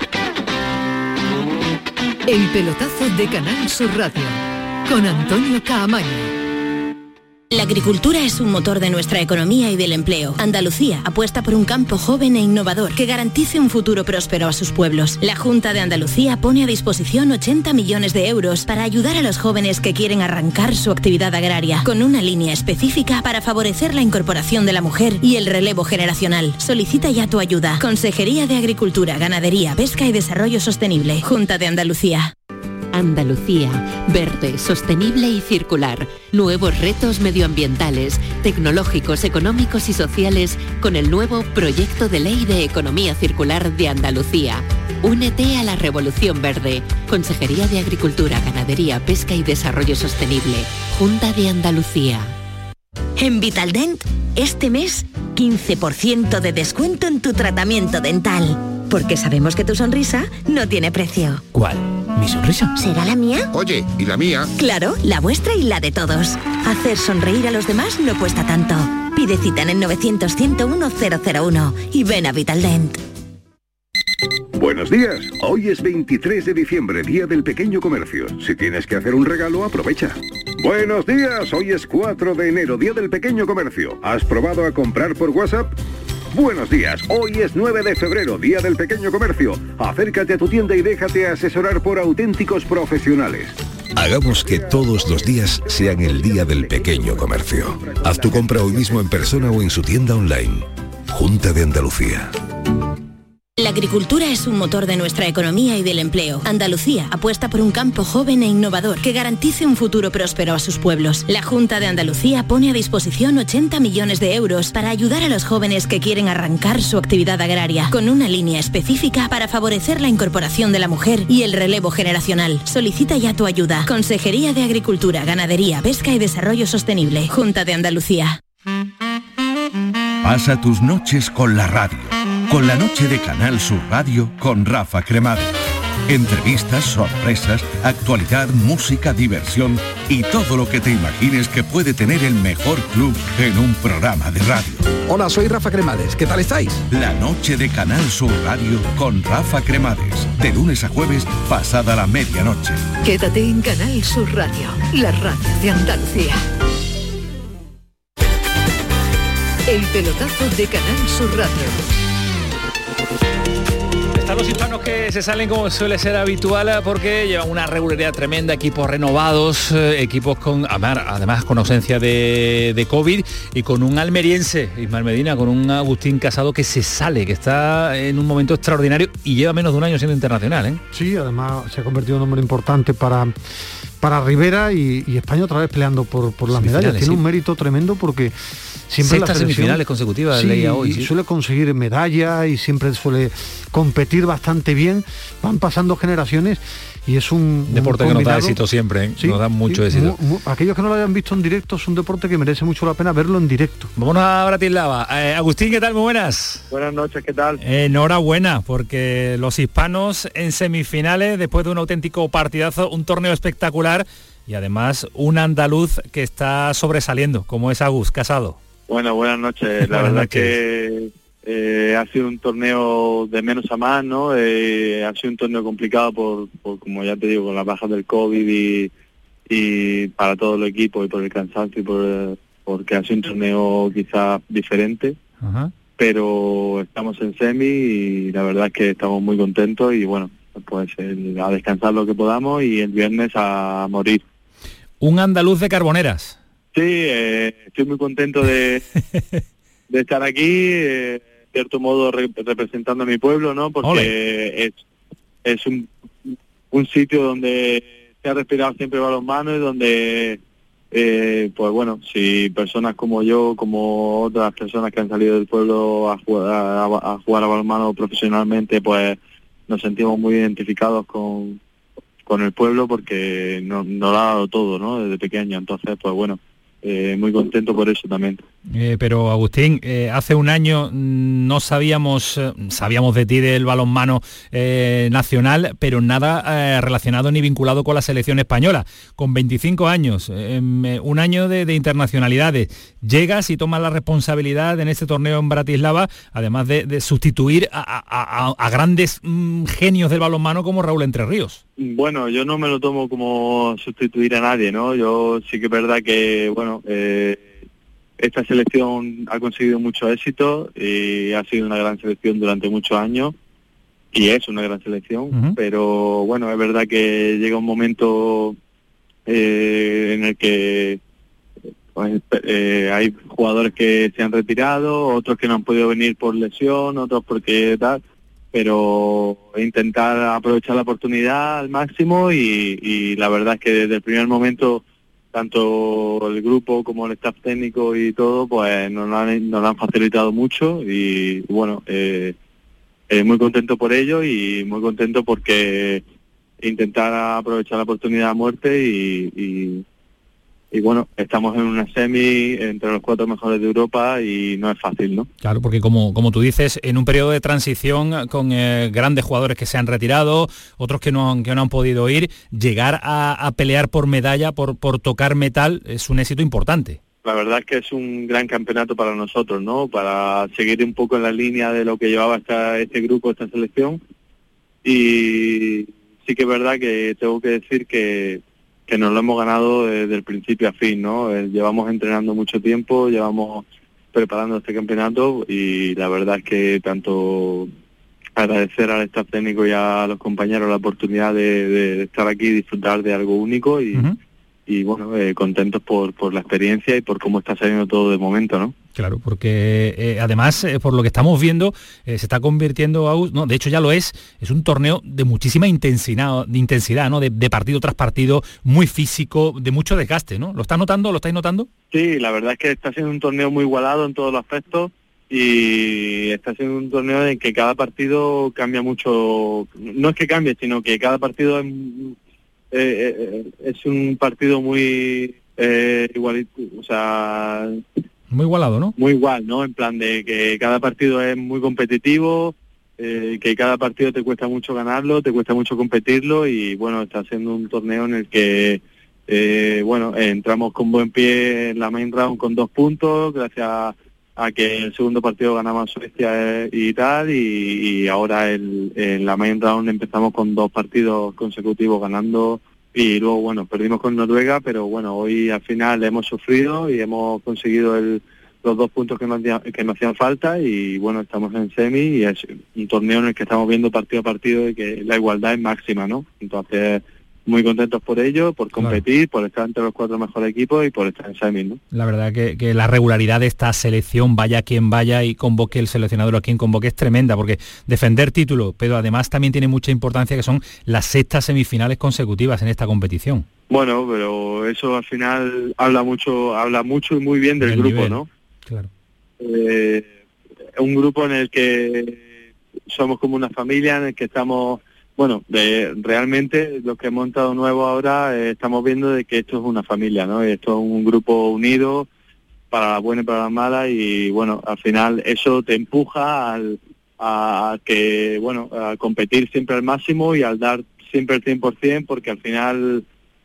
[SPEAKER 1] El pelotazo de Canal Sur Radio con Antonio Caamaño.
[SPEAKER 4] La agricultura es un motor de nuestra economía y del empleo. Andalucía apuesta por un campo joven e innovador que garantice un futuro próspero a sus pueblos. La Junta de Andalucía pone a disposición ochenta millones de euros para ayudar a los jóvenes que quieren arrancar su actividad agraria, con una línea específica para favorecer la incorporación de la mujer y el relevo generacional. Solicita ya tu ayuda. Consejería de Agricultura, Ganadería, Pesca y Desarrollo Sostenible. Junta de Andalucía.
[SPEAKER 9] Andalucía, verde, sostenible y circular. Nuevos retos medioambientales, tecnológicos, económicos y sociales con el nuevo Proyecto de Ley de Economía Circular de Andalucía. Únete a la Revolución Verde. Consejería de Agricultura, Ganadería, Pesca y Desarrollo Sostenible. Junta de Andalucía.
[SPEAKER 4] En Vitaldent, este mes, quince por ciento de descuento en tu tratamiento dental. Porque sabemos que tu sonrisa no tiene precio.
[SPEAKER 11] ¿Cuál? ¿Mi sonrisa?
[SPEAKER 4] ¿Será la mía?
[SPEAKER 21] Oye, ¿y la mía?
[SPEAKER 4] Claro, la vuestra y la de todos. Hacer sonreír a los demás no cuesta tanto. Pide cita en el novecientos, ciento uno, cero cero uno y ven a Vitaldent.
[SPEAKER 6] Buenos días, hoy es veintitrés de diciembre, Día del Pequeño Comercio. Si tienes que hacer un regalo, aprovecha. Buenos días, hoy es cuatro de enero, Día del Pequeño Comercio. ¿Has probado a comprar por WhatsApp? Buenos días, hoy es nueve de febrero, Día del Pequeño Comercio. Acércate a tu tienda y déjate asesorar por auténticos profesionales.
[SPEAKER 7] Hagamos que todos los días sean el Día del Pequeño Comercio. Haz tu compra hoy mismo en persona o en su tienda online. Junta de Andalucía.
[SPEAKER 4] La agricultura es un motor de nuestra economía y del empleo. Andalucía apuesta por un campo joven e innovador que garantice un futuro próspero a sus pueblos. La Junta de Andalucía pone a disposición ochenta millones de euros para ayudar a los jóvenes que quieren arrancar su actividad agraria, con una línea específica para favorecer la incorporación de la mujer y el relevo generacional. Solicita ya tu ayuda. Consejería de Agricultura, Ganadería, Pesca y Desarrollo Sostenible. Junta de Andalucía.
[SPEAKER 10] Pasa tus noches con la radio. Con la noche de Canal Sur Radio con Rafa Cremades. Entrevistas, sorpresas, actualidad, música, diversión y todo lo que te imagines que puede tener el mejor club en un programa de radio.
[SPEAKER 11] Hola, soy Rafa Cremades. ¿Qué tal estáis?
[SPEAKER 10] La noche de Canal Sur Radio con Rafa Cremades. De lunes a jueves, pasada la medianoche.
[SPEAKER 1] Quédate en Canal Sur Radio, la radio de Andalucía. El pelotazo de Canal Sur Radio.
[SPEAKER 2] Están los hispanos que se salen como suele ser habitual porque llevan una regularidad tremenda, equipos renovados, eh, equipos con además con ausencia de, de COVID y con un almeriense, Ismael Medina, con un Agustín Casado que se sale, que está en un momento extraordinario y lleva menos de un año siendo internacional, ¿eh?
[SPEAKER 3] Sí, además se ha convertido en un hombre importante para, para Rivera y, y España otra vez peleando por, por las medallas. Tiene sí. un mérito tremendo porque siempre
[SPEAKER 2] Sextas semifinales consecutivas,
[SPEAKER 3] sí,
[SPEAKER 2] leía hoy. Sí.
[SPEAKER 3] Y suele conseguir medallas y siempre suele competir bastante bien. Van pasando generaciones y es un
[SPEAKER 2] deporte
[SPEAKER 3] un
[SPEAKER 2] que nos da éxito siempre, ¿eh?
[SPEAKER 3] Sí,
[SPEAKER 2] nos da mucho
[SPEAKER 3] sí,
[SPEAKER 2] éxito.
[SPEAKER 3] Mu, mu, aquellos que no lo hayan visto en directo, es un deporte que merece mucho la pena verlo en directo.
[SPEAKER 2] Vámonos a Bratislava. Eh, Agustín, ¿qué tal? Muy buenas.
[SPEAKER 22] Buenas noches, ¿qué tal?
[SPEAKER 2] Eh, enhorabuena, porque los hispanos en semifinales, después de un auténtico partidazo, un torneo espectacular y además un andaluz que está sobresaliendo, como es Agus Casado.
[SPEAKER 22] Bueno, buenas noches. La verdad noches. que eh, ha sido un torneo de menos a más, ¿no? Eh, ha sido un torneo complicado por, por, como ya te digo, con las bajas del COVID y, y para todo el equipo y por el cansancio y por porque ha sido un torneo quizás diferente. Ajá. Pero estamos en semi y la verdad es que estamos muy contentos y bueno, pues el, a descansar lo que podamos y el viernes a morir.
[SPEAKER 2] Un andaluz de Carboneras.
[SPEAKER 22] Sí, eh, estoy muy contento de, de estar aquí, eh, de cierto modo re, representando a mi pueblo, ¿no? Porque es, es un, un sitio donde se ha respirado siempre balonmano y donde, eh, pues bueno, si personas como yo, como otras personas que han salido del pueblo a jugar a, a jugar a balonmano profesionalmente, pues nos sentimos muy identificados con, con el pueblo porque nos, nos lo ha dado todo, ¿no? Desde pequeño, entonces, pues bueno. Eh, muy contento por eso también.
[SPEAKER 2] Eh, pero Agustín, eh, hace un año no sabíamos, eh, sabíamos de ti del balonmano eh, nacional, pero nada eh, relacionado ni vinculado con la selección española. Con veinticinco años, eh, un año de, de internacionalidades, llegas y tomas la responsabilidad en este torneo en Bratislava, además de, de sustituir a, a, a, a grandes mm, genios del balonmano como Raúl Entre Ríos.
[SPEAKER 22] Bueno, yo no me lo tomo como sustituir a nadie, ¿no? Yo sí que es verdad que, bueno, eh, esta selección ha conseguido mucho éxito y ha sido una gran selección durante muchos años y es una gran selección, uh-huh. pero bueno, es verdad que llega un momento eh, en el que pues, eh, hay jugadores que se han retirado, otros que no han podido venir por lesión, otros porque tal, pero intentar aprovechar la oportunidad al máximo y, y la verdad es que desde el primer momento tanto el grupo como el staff técnico y todo pues nos lo han, nos lo han facilitado mucho y bueno, eh, eh, muy contento por ello y muy contento porque intentar aprovechar la oportunidad a muerte y, y, y bueno, estamos en una semi entre los cuatro mejores de Europa y no es fácil, ¿no?
[SPEAKER 2] Claro, porque como, como tú dices, en un periodo de transición con eh, grandes jugadores que se han retirado, otros que no, han, que no han podido ir, llegar a, a pelear por medalla, por, por tocar metal, es un éxito importante.
[SPEAKER 22] La verdad es que es un gran campeonato para nosotros, ¿no? Para seguir un poco en la línea de lo que llevaba esta, este grupo, esta selección. Y sí que es verdad que tengo que decir que, que nos lo hemos ganado desde el principio a fin, ¿no? Eh, llevamos entrenando mucho tiempo, llevamos preparando este campeonato y la verdad es que tanto agradecer al staff técnico y a los compañeros la oportunidad de, de estar aquí y disfrutar de algo único y... Uh-huh. Y bueno, eh, contentos por, por la experiencia y por cómo está saliendo todo de momento, ¿no?
[SPEAKER 2] Claro, porque eh, además, eh, por lo que estamos viendo, eh, se está convirtiendo, a, no, de hecho ya lo es, es un torneo de muchísima intensidad, de intensidad, ¿no? De, de partido tras partido, muy físico, de mucho desgaste, ¿no? ¿Lo estás notando? ¿Lo estáis notando?
[SPEAKER 22] Sí, la verdad es que está siendo un torneo muy igualado en todos los aspectos y está siendo un torneo en que cada partido cambia mucho, no es que cambie, sino que cada partido es... Eh, eh, es un partido muy eh, igualito, o sea...
[SPEAKER 2] Muy igualado, ¿no?
[SPEAKER 22] Muy igual, ¿no? En plan de que cada partido es muy competitivo, eh, que cada partido te cuesta mucho ganarlo, te cuesta mucho competirlo y, bueno, está siendo un torneo en el que, eh, bueno, eh, entramos con buen pie en la main round con dos puntos, gracias a que el segundo partido ganamos Suecia eh, y tal, y, y ahora el, en la main round empezamos con dos partidos consecutivos ganando, y luego, bueno, perdimos con Noruega, pero bueno, hoy al final hemos sufrido y hemos conseguido el, los dos puntos que nos, que nos hacían falta, y bueno, estamos en semi, y es un torneo en el que estamos viendo partido a partido y que la igualdad es máxima, ¿no? Entonces... muy contentos por ello, por competir, claro, por estar entre los cuatro mejores equipos y por estar en semis, ¿no?
[SPEAKER 2] La verdad que, que la regularidad de esta selección, vaya quien vaya y convoque el seleccionador a quien convoque, es tremenda, porque defender título, pero además también tiene mucha importancia que son las sextas semifinales consecutivas en esta competición.
[SPEAKER 22] Bueno, pero eso al final habla mucho, habla mucho y muy bien del grupo, nivel, ¿no?
[SPEAKER 2] Claro.
[SPEAKER 22] Eh, un grupo en el que somos como una familia, en el que estamos... Bueno, de, realmente los que hemos montado nuevo ahora eh, estamos viendo de que esto es una familia, ¿no? Esto es un grupo unido para la buena y para la mala y bueno, al final eso te empuja al, a que, bueno, a competir siempre al máximo y al dar siempre el cien por ciento, porque al final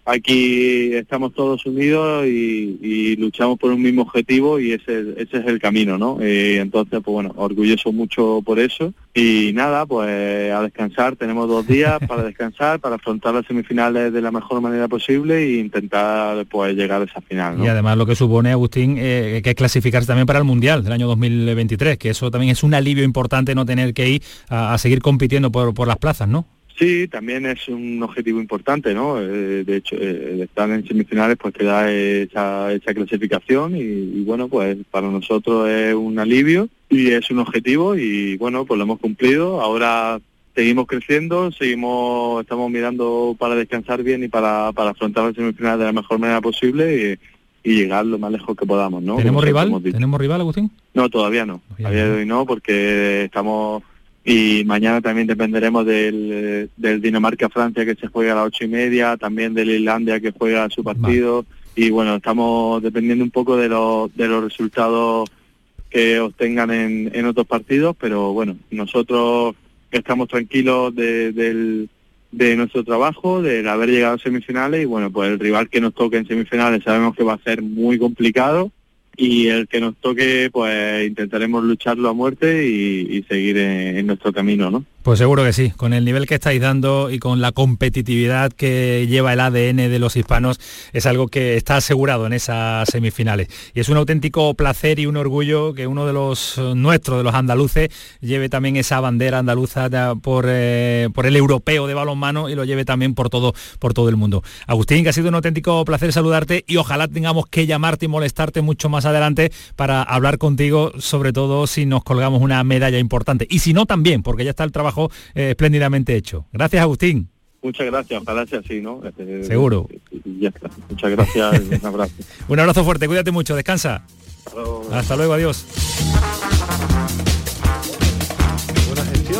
[SPEAKER 22] aquí estamos todos unidos y, y luchamos por un mismo objetivo y ese, ese es el camino, ¿no? Y entonces, pues bueno, orgulloso mucho por eso. Y nada, pues a descansar, tenemos dos días para descansar, para afrontar las semifinales de la mejor manera posible e intentar pues llegar a esa final, ¿no?
[SPEAKER 2] Y además lo que supone, Agustín, eh, que es clasificarse también para el Mundial del año dos mil veintitrés, que eso también es un alivio importante, no tener que ir a, a seguir compitiendo por, por las plazas, ¿no?
[SPEAKER 22] Sí, también es un objetivo importante, ¿no? Eh, de hecho, eh, estar en semifinales pues te da esa, esa clasificación y, y bueno, pues para nosotros es un alivio y es un objetivo y bueno, pues lo hemos cumplido. Ahora seguimos creciendo, seguimos, estamos mirando para descansar bien y para, para afrontar las semifinales de la mejor manera posible y, y llegar lo más lejos que podamos, ¿no?
[SPEAKER 2] ¿Tenemos rival? ¿Tenemos rival, Agustín?
[SPEAKER 22] No, todavía no. A día de hoy no, porque estamos... Y mañana también dependeremos del, del Dinamarca-Francia que se juega a las ocho y media, también del Islandia que juega su partido. Vale. Y bueno, estamos dependiendo un poco de los, de los resultados que obtengan en, en otros partidos, pero bueno, nosotros estamos tranquilos de, del, de nuestro trabajo, de haber llegado a semifinales y bueno, pues el rival que nos toque en semifinales sabemos que va a ser muy complicado. Y el que nos toque, pues intentaremos lucharlo a muerte y, y seguir en, en nuestro camino, ¿no?
[SPEAKER 2] Pues seguro que sí, con el nivel que estáis dando y con la competitividad que lleva el A D N de los hispanos, es algo que está asegurado en esas semifinales. Y es un auténtico placer y un orgullo que uno de los nuestros, de los andaluces, lleve también esa bandera andaluza por, eh, por el europeo de balonmano y lo lleve también por todo, por todo el mundo. Agustín, que ha sido un auténtico placer saludarte y ojalá tengamos que llamarte y molestarte mucho más adelante para hablar contigo, sobre todo si nos colgamos una medalla importante. Y si no, también, porque ya está el trabajo Eh, espléndidamente hecho. Gracias, Agustín.
[SPEAKER 22] Muchas gracias, ojalá sea así, ¿no? Este,
[SPEAKER 2] Seguro.
[SPEAKER 22] Ya está. Muchas gracias y un abrazo.
[SPEAKER 2] Un abrazo fuerte, cuídate mucho, descansa.
[SPEAKER 22] Hasta luego.
[SPEAKER 2] Hasta luego, adiós.
[SPEAKER 3] Buena gestión, ¿eh?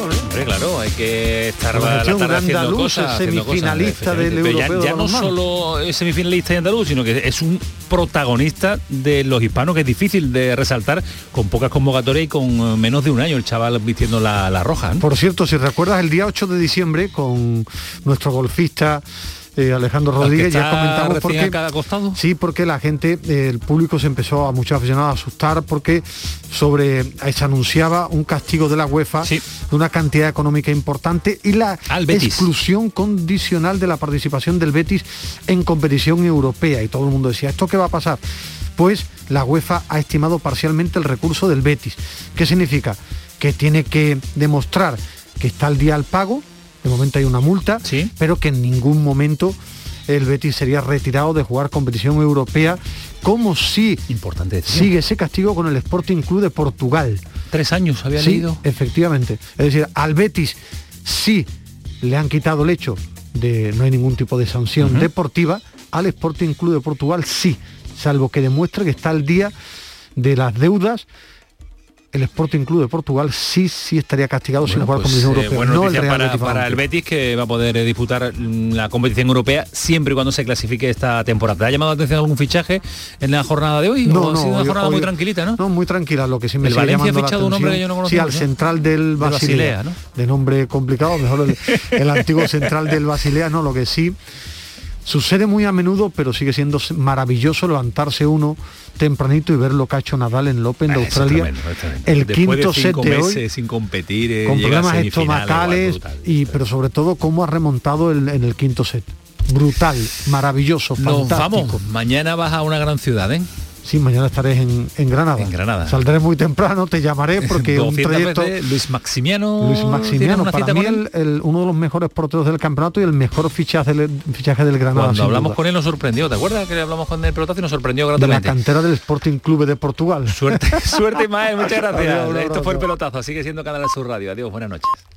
[SPEAKER 2] Hombre, claro, hay que estar
[SPEAKER 3] La
[SPEAKER 2] la
[SPEAKER 3] gestión
[SPEAKER 2] tarde haciendo
[SPEAKER 3] andaluz,
[SPEAKER 2] cosas, haciendo
[SPEAKER 3] semifinalista
[SPEAKER 2] cosas,
[SPEAKER 3] del
[SPEAKER 2] efectivamente. Pero
[SPEAKER 3] europeo
[SPEAKER 2] ya, ya
[SPEAKER 3] de
[SPEAKER 2] no
[SPEAKER 3] balonmano.
[SPEAKER 2] solo es semifinalista y andaluz, sino que es un protagonista de los hispanos que es difícil de resaltar con pocas convocatorias y con menos de un año el chaval vistiendo la, la roja, ¿no?
[SPEAKER 3] Por cierto, si recuerdas el día ocho de diciembre con nuestro golfista Eh, Alejandro Rodríguez, ya comentamos por qué.
[SPEAKER 2] Cada costado.
[SPEAKER 3] Sí, porque la gente, eh, el público se empezó a muchos aficionados a asustar porque sobre eh, se anunciaba un castigo de la UEFA sí. de una cantidad económica importante y la exclusión condicional de la participación del Betis en competición europea. Y todo el mundo decía, ¿esto qué va a pasar? Pues la UEFA ha estimado parcialmente el recurso del Betis. ¿Qué significa? Que tiene que demostrar que está al día al pago. De momento hay una multa, ¿sí? Pero que en ningún momento el Betis sería retirado de jugar competición europea, como si
[SPEAKER 2] Importante
[SPEAKER 3] sigue ese castigo con el Sporting Club de Portugal.
[SPEAKER 2] Tres años había
[SPEAKER 3] sí,
[SPEAKER 2] leído.
[SPEAKER 3] Efectivamente. Es decir, al Betis sí le han quitado el hecho de no hay ningún tipo de sanción uh-huh. deportiva, al Sporting Club de Portugal sí, salvo que demuestre que está al día de las deudas. El Sporting Club de Portugal sí sí estaría castigado
[SPEAKER 2] bueno,
[SPEAKER 3] sin jugar
[SPEAKER 2] pues,
[SPEAKER 3] competición
[SPEAKER 2] eh,
[SPEAKER 3] europea.
[SPEAKER 2] Buena
[SPEAKER 3] no
[SPEAKER 2] noticia
[SPEAKER 3] el Real
[SPEAKER 2] para,
[SPEAKER 3] Betis
[SPEAKER 2] para el Betis, que va a poder eh, disputar la competición europea siempre y cuando se clasifique esta temporada. ¿Te ha llamado la atención algún fichaje en la jornada de hoy?
[SPEAKER 3] No,
[SPEAKER 2] ¿O
[SPEAKER 3] no,
[SPEAKER 2] ha sido una
[SPEAKER 3] hoy,
[SPEAKER 2] jornada
[SPEAKER 3] hoy,
[SPEAKER 2] muy tranquilita, ¿no?
[SPEAKER 3] No, muy tranquila. Lo que sí me
[SPEAKER 2] el
[SPEAKER 3] sigue
[SPEAKER 2] Valencia ha
[SPEAKER 3] llamando
[SPEAKER 2] fichado
[SPEAKER 3] la
[SPEAKER 2] un hombre que yo no conocía.
[SPEAKER 3] Sí, al central del Basilea,
[SPEAKER 2] Basilea, ¿no?
[SPEAKER 3] De nombre complicado, mejor el, el antiguo central del Basilea, no, lo que sí sucede muy a menudo, pero sigue siendo maravilloso levantarse uno tempranito y ver lo que ha hecho Nadal en el Open de Australia.
[SPEAKER 2] Tremendo, tremendo.
[SPEAKER 3] El
[SPEAKER 2] Después
[SPEAKER 3] quinto
[SPEAKER 2] de cinco
[SPEAKER 3] set de
[SPEAKER 2] meses
[SPEAKER 3] hoy,
[SPEAKER 2] sin competir, eh,
[SPEAKER 3] con
[SPEAKER 2] llega
[SPEAKER 3] problemas
[SPEAKER 2] a semifinales,
[SPEAKER 3] estomacales,
[SPEAKER 2] brutal,
[SPEAKER 3] y pero sobre todo cómo ha remontado el, en el quinto set. Brutal, maravilloso,
[SPEAKER 2] Nos
[SPEAKER 3] fantástico.
[SPEAKER 2] vamos. Mañana vas a una gran ciudad, ¿eh?
[SPEAKER 3] Sí, mañana estaré en, en Granada.
[SPEAKER 2] En Granada.
[SPEAKER 3] Saldré muy temprano, te llamaré porque un trayecto...
[SPEAKER 2] Luis Maximiano.
[SPEAKER 3] Luis Maximiano, para mí el, el, uno de los mejores porteros del campeonato y el mejor fichaje del, fichaje del Granada.
[SPEAKER 2] Cuando hablamos
[SPEAKER 3] duda.
[SPEAKER 2] con él nos sorprendió, ¿te acuerdas que hablamos con el pelotazo y nos sorprendió gratamente?
[SPEAKER 3] De la cantera del Sporting Club de Portugal.
[SPEAKER 2] Suerte, suerte, Mae, muchas gracias.
[SPEAKER 3] Adiós,
[SPEAKER 2] Esto fue el pelotazo, sigue siendo Canal Sur Radio. Adiós, buenas noches.